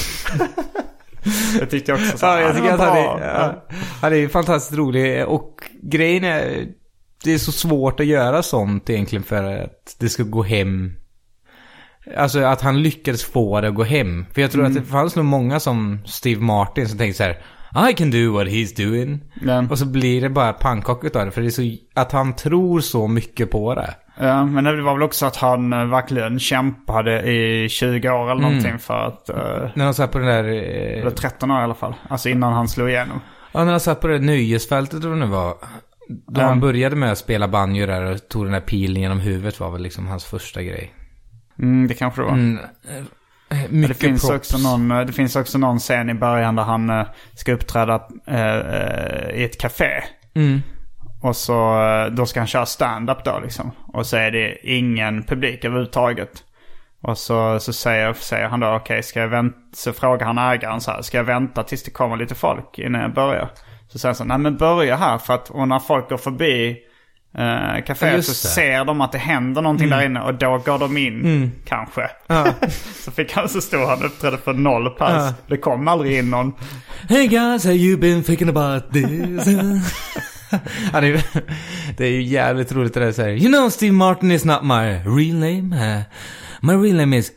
[SPEAKER 3] Jag tyckte också så.
[SPEAKER 4] Ja, jag tycker att han är, ja, han är fantastiskt rolig. Och grejen är, det är så svårt att göra sånt egentligen för att det ska gå hem. Alltså att han lyckades få det att gå hem. För jag tror mm. att det fanns nog många som Steve Martin som tänkte så här: I can do what he's doing. mm. Och så blir det bara pannkaka av det. För det är så att han tror så mycket på det.
[SPEAKER 3] Ja, men det var väl också att han uh, verkligen kämpade i tjugo år eller någonting mm. för att... Uh,
[SPEAKER 4] när han satt på den där...
[SPEAKER 3] Uh, eller tretton år i alla fall. Alltså innan han slog igenom.
[SPEAKER 4] Ja, när han satt på det nöjesfältet då det var... Då mm. han började med att spela banjo där och tog den där pilen genom huvudet var väl liksom hans första grej.
[SPEAKER 3] Mm, det kanske det var. Mm.
[SPEAKER 4] Mycket
[SPEAKER 3] det finns,
[SPEAKER 4] props.
[SPEAKER 3] också någon, det finns också någon scen i början där han uh, ska uppträda uh, i ett café. Mm. Och så då ska han köra stand-up då liksom. Och så är det ingen publik överhuvudtaget. Och så, så säger, säger han då, okej, okay, ska jag vänta? Så frågar han ägaren så här, ska jag vänta tills det kommer lite folk innan jag börjar? Så säger han så, nej men börja här, för att och när folk går förbi uh, kaféet så ser de att det händer någonting mm. där inne och då går de in mm. kanske. Ja. Så fick han så stå han uppträdde för noll pass. Ja. Det kom aldrig in någon.
[SPEAKER 4] Hey guys, have you been thinking about this? Ja, det, är, det är ju jävligt roligt det där så här. You know, Steve Martin is not my real name. Uh, my real name is...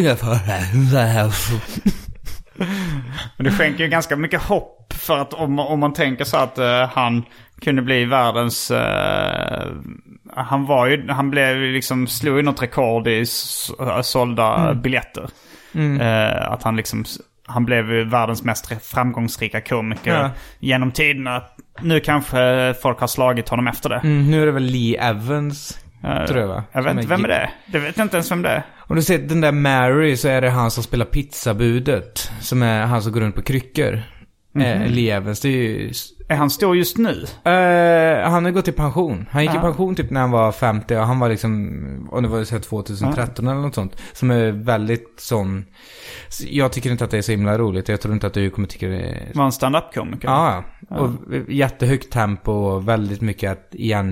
[SPEAKER 3] Men det skänker ju ganska mycket hopp för att om, om man tänker så att uh, han kunde bli världens... Uh, han var ju... Han blev liksom... Slog ju något rekord i sålda mm. biljetter. Mm. Uh, att han liksom... Han blev ju världens mest framgångsrika komiker ja. genom tiderna. Nu kanske folk har slagit honom efter det.
[SPEAKER 4] Mm, nu är det väl Lee Evans, uh, tror jag va?
[SPEAKER 3] Jag vet inte, vem är det? Jag vet inte ens vem det är.
[SPEAKER 4] Om du ser den där Mary så är det han som spelar pizzabudet. Som är han som går runt på kryckor. Mm-hmm. Eh, Lee Evans, det är ju...
[SPEAKER 3] Är han stor just nu?
[SPEAKER 4] Uh, han har gått i pension. Han gick ja. i pension typ när han var femtio. Och han var liksom, om det var så tjugohundratretton ja. eller något sånt. Som är väldigt sån... Jag tycker inte att det är så himla roligt. Jag tror inte att du kommer tycka det är...
[SPEAKER 3] Var en stand-up-komiker?
[SPEAKER 4] Ja, ja. Och jättehögt tempo och väldigt mycket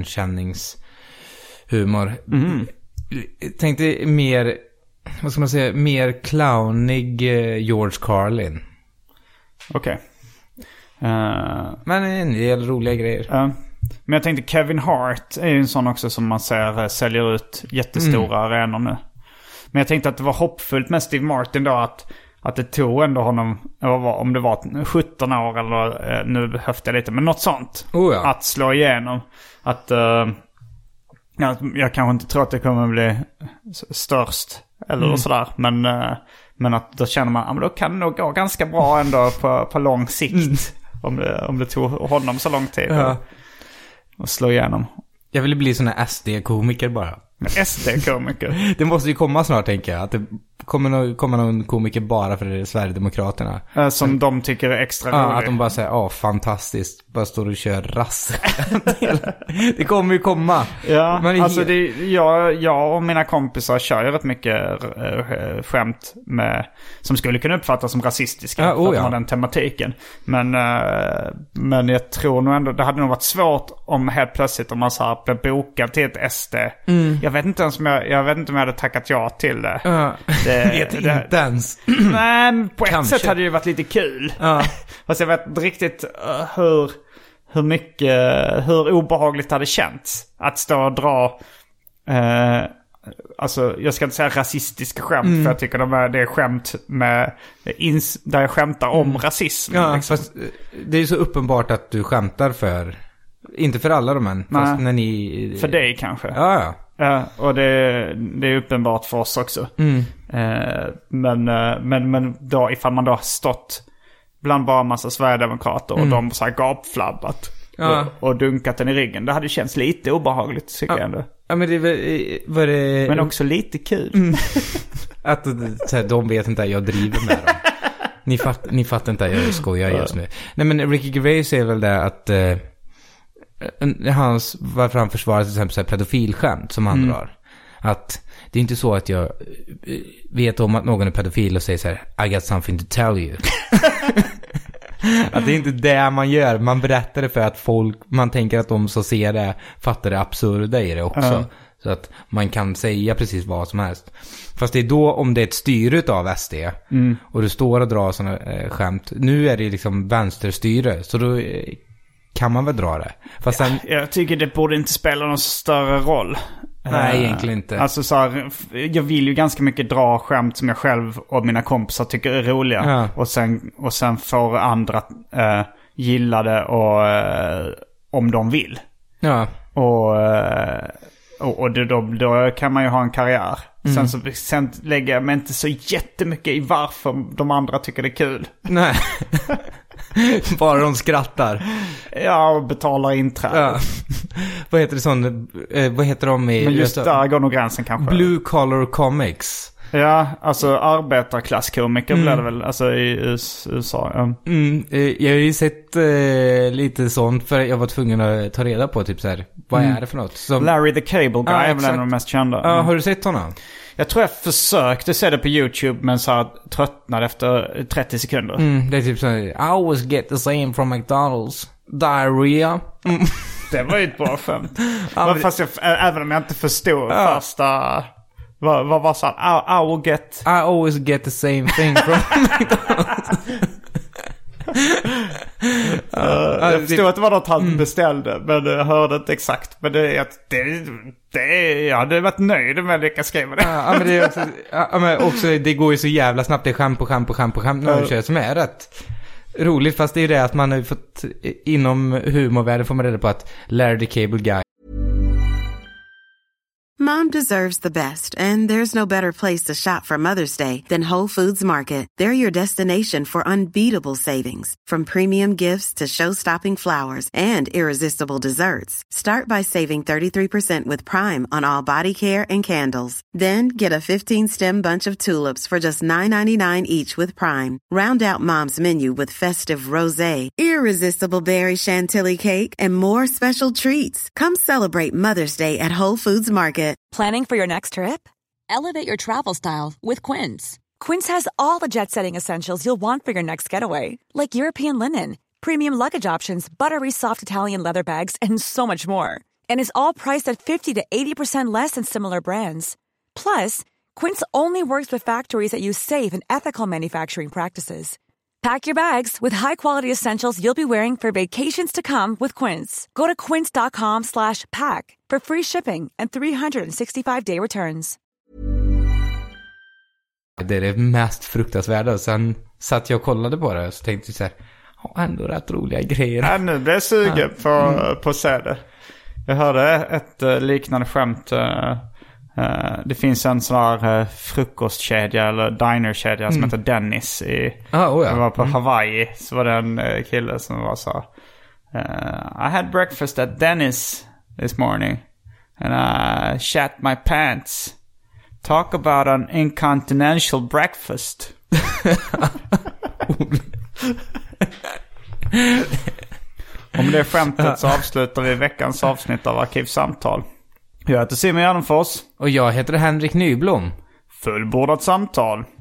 [SPEAKER 4] igenkänningshumor. Mm. Tänkte mer, vad ska man säga, mer clownig George Carlin.
[SPEAKER 3] Okej. Okay. Uh,
[SPEAKER 4] Men en del roliga grejer.
[SPEAKER 3] Uh, men jag tänkte Kevin Hart är ju en sån också som man ser uh, säljer ut jättestora mm. arenor nu. Men jag tänkte att det var hoppfullt med Steve Martin då att, att det tog ändå honom, om det var sjutton år eller uh, nu höfte jag lite, men något sånt.
[SPEAKER 4] Oh ja.
[SPEAKER 3] Att slå igenom. Att uh, jag, jag kanske inte tror att det kommer bli störst eller mm. sådär, men... Uh, Men att då känner man, ja, men då kan det nog gå ganska bra ändå på, på lång sikt. Mm. Om, det, om det tog honom så lång tid ja. att slå igenom.
[SPEAKER 4] Jag ville bli sån här S D-komiker bara.
[SPEAKER 3] S D-komiker?
[SPEAKER 4] Det måste ju komma snart, tänker jag. Att det kommer någon, kommer någon komiker bara för det Sverigedemokraterna.
[SPEAKER 3] Äh, som Men, de tycker är extra
[SPEAKER 4] ja,
[SPEAKER 3] rolig.
[SPEAKER 4] Att de bara säger, ja, fantastiskt. Bara står och kör rass. Det kommer ju komma.
[SPEAKER 3] Ja, Men alltså helt... det, jag, jag och mina kompisar kör ju rätt mycket äh, skämt med, som skulle kunna uppfattas som rasistiska. Ja, oh, för att ja. ha den tematiken. Men, äh, men jag tror nog ändå, det hade nog varit svårt om helt plötsligt om man så här blev bokad till ett S D. Mm. Jag vet inte ens om jag, jag vet inte om jag hade tackat ja till det.
[SPEAKER 4] Uh. Det, vet det, inte ens.
[SPEAKER 3] Men på ett Kanske. sätt hade det ju varit lite kul. Ja. Fast jag vet inte riktigt uh, hur, hur mycket, hur obehagligt det hade känts att stå och dra, uh, alltså jag ska inte säga rasistiska skämt, mm. för jag tycker de är, det är skämt med, ins, där jag skämtar om mm. rasism.
[SPEAKER 4] Ja,
[SPEAKER 3] liksom.
[SPEAKER 4] Fast det är ju så uppenbart att du skämtar för, inte för alla de än, fast när ni...
[SPEAKER 3] För dig kanske.
[SPEAKER 4] Ja, ja.
[SPEAKER 3] Ja, och det, det är uppenbart för oss också. Mm. Eh, men, men, men då, ifall man då har stått bland bara en massa Sverigedemokrater mm. och de så här gapflabbat ja. och, och dunkat den i ryggen, det hade känts lite obehagligt, tycker
[SPEAKER 4] ja.
[SPEAKER 3] jag ändå.
[SPEAKER 4] Ja, men det var, var det...
[SPEAKER 3] Men också lite kul.
[SPEAKER 4] Mm. Att så här, de vet inte att jag driver med dem. Ni, fatt, ni fattar inte att jag skojar just nu. Nej, men Ricky Gervais säger väl det att... Eh, hans, varför han försvarar till exempel så här pedofilskämt som han mm. drar. Att det är inte så att jag vet om att någon är pedofil och säger så här, I got something to tell you. Att det är inte det man gör. Man berättar det för att folk, man tänker att de som ser det fattar det absurda i det också. Mm. Så att man kan säga precis vad som helst. Fast det är då om det är ett styre av S D mm. och du står och drar sådana äh, skämt. Nu är det liksom vänsterstyre, så då äh, kan man väl dra det. Fast sen...
[SPEAKER 3] ja, jag tycker det borde inte spela någon större roll.
[SPEAKER 4] Nej, uh, egentligen inte.
[SPEAKER 3] Alltså så här, jag vill ju ganska mycket dra skämt som jag själv och mina kompisar tycker är roliga. Ja. Och, sen, och sen får andra uh, gilla det och, uh, om de vill.
[SPEAKER 4] Ja.
[SPEAKER 3] Och, uh, och, och det, då, då kan man ju ha en karriär. Mm. Sen, så, sen lägger jag mig inte så jättemycket i varför de andra tycker det är kul.
[SPEAKER 4] Nej. Bara de skrattar.
[SPEAKER 3] Ja, och betalar inträde. Ja.
[SPEAKER 4] Vad heter det sån, eh, vad heter de i...
[SPEAKER 3] Men just där går nog gränsen kanske.
[SPEAKER 4] Blue Collar Comics.
[SPEAKER 3] Ja, alltså arbetarklasskomiker mm. blir det väl, alltså i U S A. Ja.
[SPEAKER 4] Mm, eh, jag har ju sett eh, lite sånt, för jag var tvungen att ta reda på typ så här, vad mm. är det för något? Som...
[SPEAKER 3] Larry the Cable Guy ah, är väl en av de mest kända.
[SPEAKER 4] Ja, har du sett honom?
[SPEAKER 3] Jag tror jag försökte se det på YouTube, men så här tröttnade efter trettio sekunder.
[SPEAKER 4] Mm, det är typ så här, I always get the same from McDonald's. Diarrhea. Mm.
[SPEAKER 3] Det var ju ett bra skämt.
[SPEAKER 4] Ja,
[SPEAKER 3] men fast jag, även om jag inte förstod ja. första... Vad, vad var så här? I, I will get...
[SPEAKER 4] I always get the same thing from McDonald's.
[SPEAKER 3] uh, jag förstod att det var något han mm. beställde, men jag hörde inte exakt. Men det är att det, det, jag hade varit nöjd med att lyckas skriva det.
[SPEAKER 4] Ja, men det är också, ja, men också, det går ju så jävla snabbt. Det är skämt på skämt på skämt på skämt när uh. som är rätt roligt. Fast det är ju det att man har fått, inom humorvärlden får man reda på att Larry the Cable Guy.
[SPEAKER 8] Mom deserves the best, and there's no better place to shop for Mother's Day than Whole Foods Market. They're your destination for unbeatable savings, from premium gifts to show-stopping flowers and irresistible desserts. Start by saving thirty-three percent with Prime on all body care and candles. Then get a fifteen-stem bunch of tulips for just nine ninety-nine each with Prime. Round out Mom's menu with festive rosé, irresistible berry chantilly cake, and more special treats. Come celebrate Mother's Day at Whole Foods Market.
[SPEAKER 9] Planning for your next trip? Elevate your travel style with Quince.
[SPEAKER 2] Quince has all the jet-setting essentials you'll want for your next getaway, like European linen, premium luggage options, buttery soft Italian leather bags, and so much more. And is all priced at fifty to eighty percent less than similar brands. Plus, Quince only works with factories that use safe and ethical manufacturing practices. Pack your bags with high-quality essentials you'll be wearing for vacations to come with Quince. Go to quince.com slash pack for free shipping and three sixty-five day returns.
[SPEAKER 4] Det är det mest fruktansvärda. Och sen satt jag och kollade på det och så tänkte jag så här, ja, ändå rätt roliga grejer.
[SPEAKER 3] Ja, nu blir jag sugen ja. på, mm. på att se det. Jag hörde ett uh, liknande skämt. Uh, Uh, det finns en sån här uh, frukostkedja eller dinerkedja mm. som heter Dennis i,
[SPEAKER 4] ah, oh ja.
[SPEAKER 3] Jag var på
[SPEAKER 4] mm.
[SPEAKER 3] Hawaii, så var det en uh, kille som var så uh, I had breakfast at Dennis this morning and I shat my pants. Talk about an incontinential breakfast. Om det skämtet så avslutar vi veckans avsnitt av Arkivsamtal. Jag heter Simon Gärdenfors.
[SPEAKER 4] Och jag heter Henrik Nyblom.
[SPEAKER 3] Fullbordat samtal.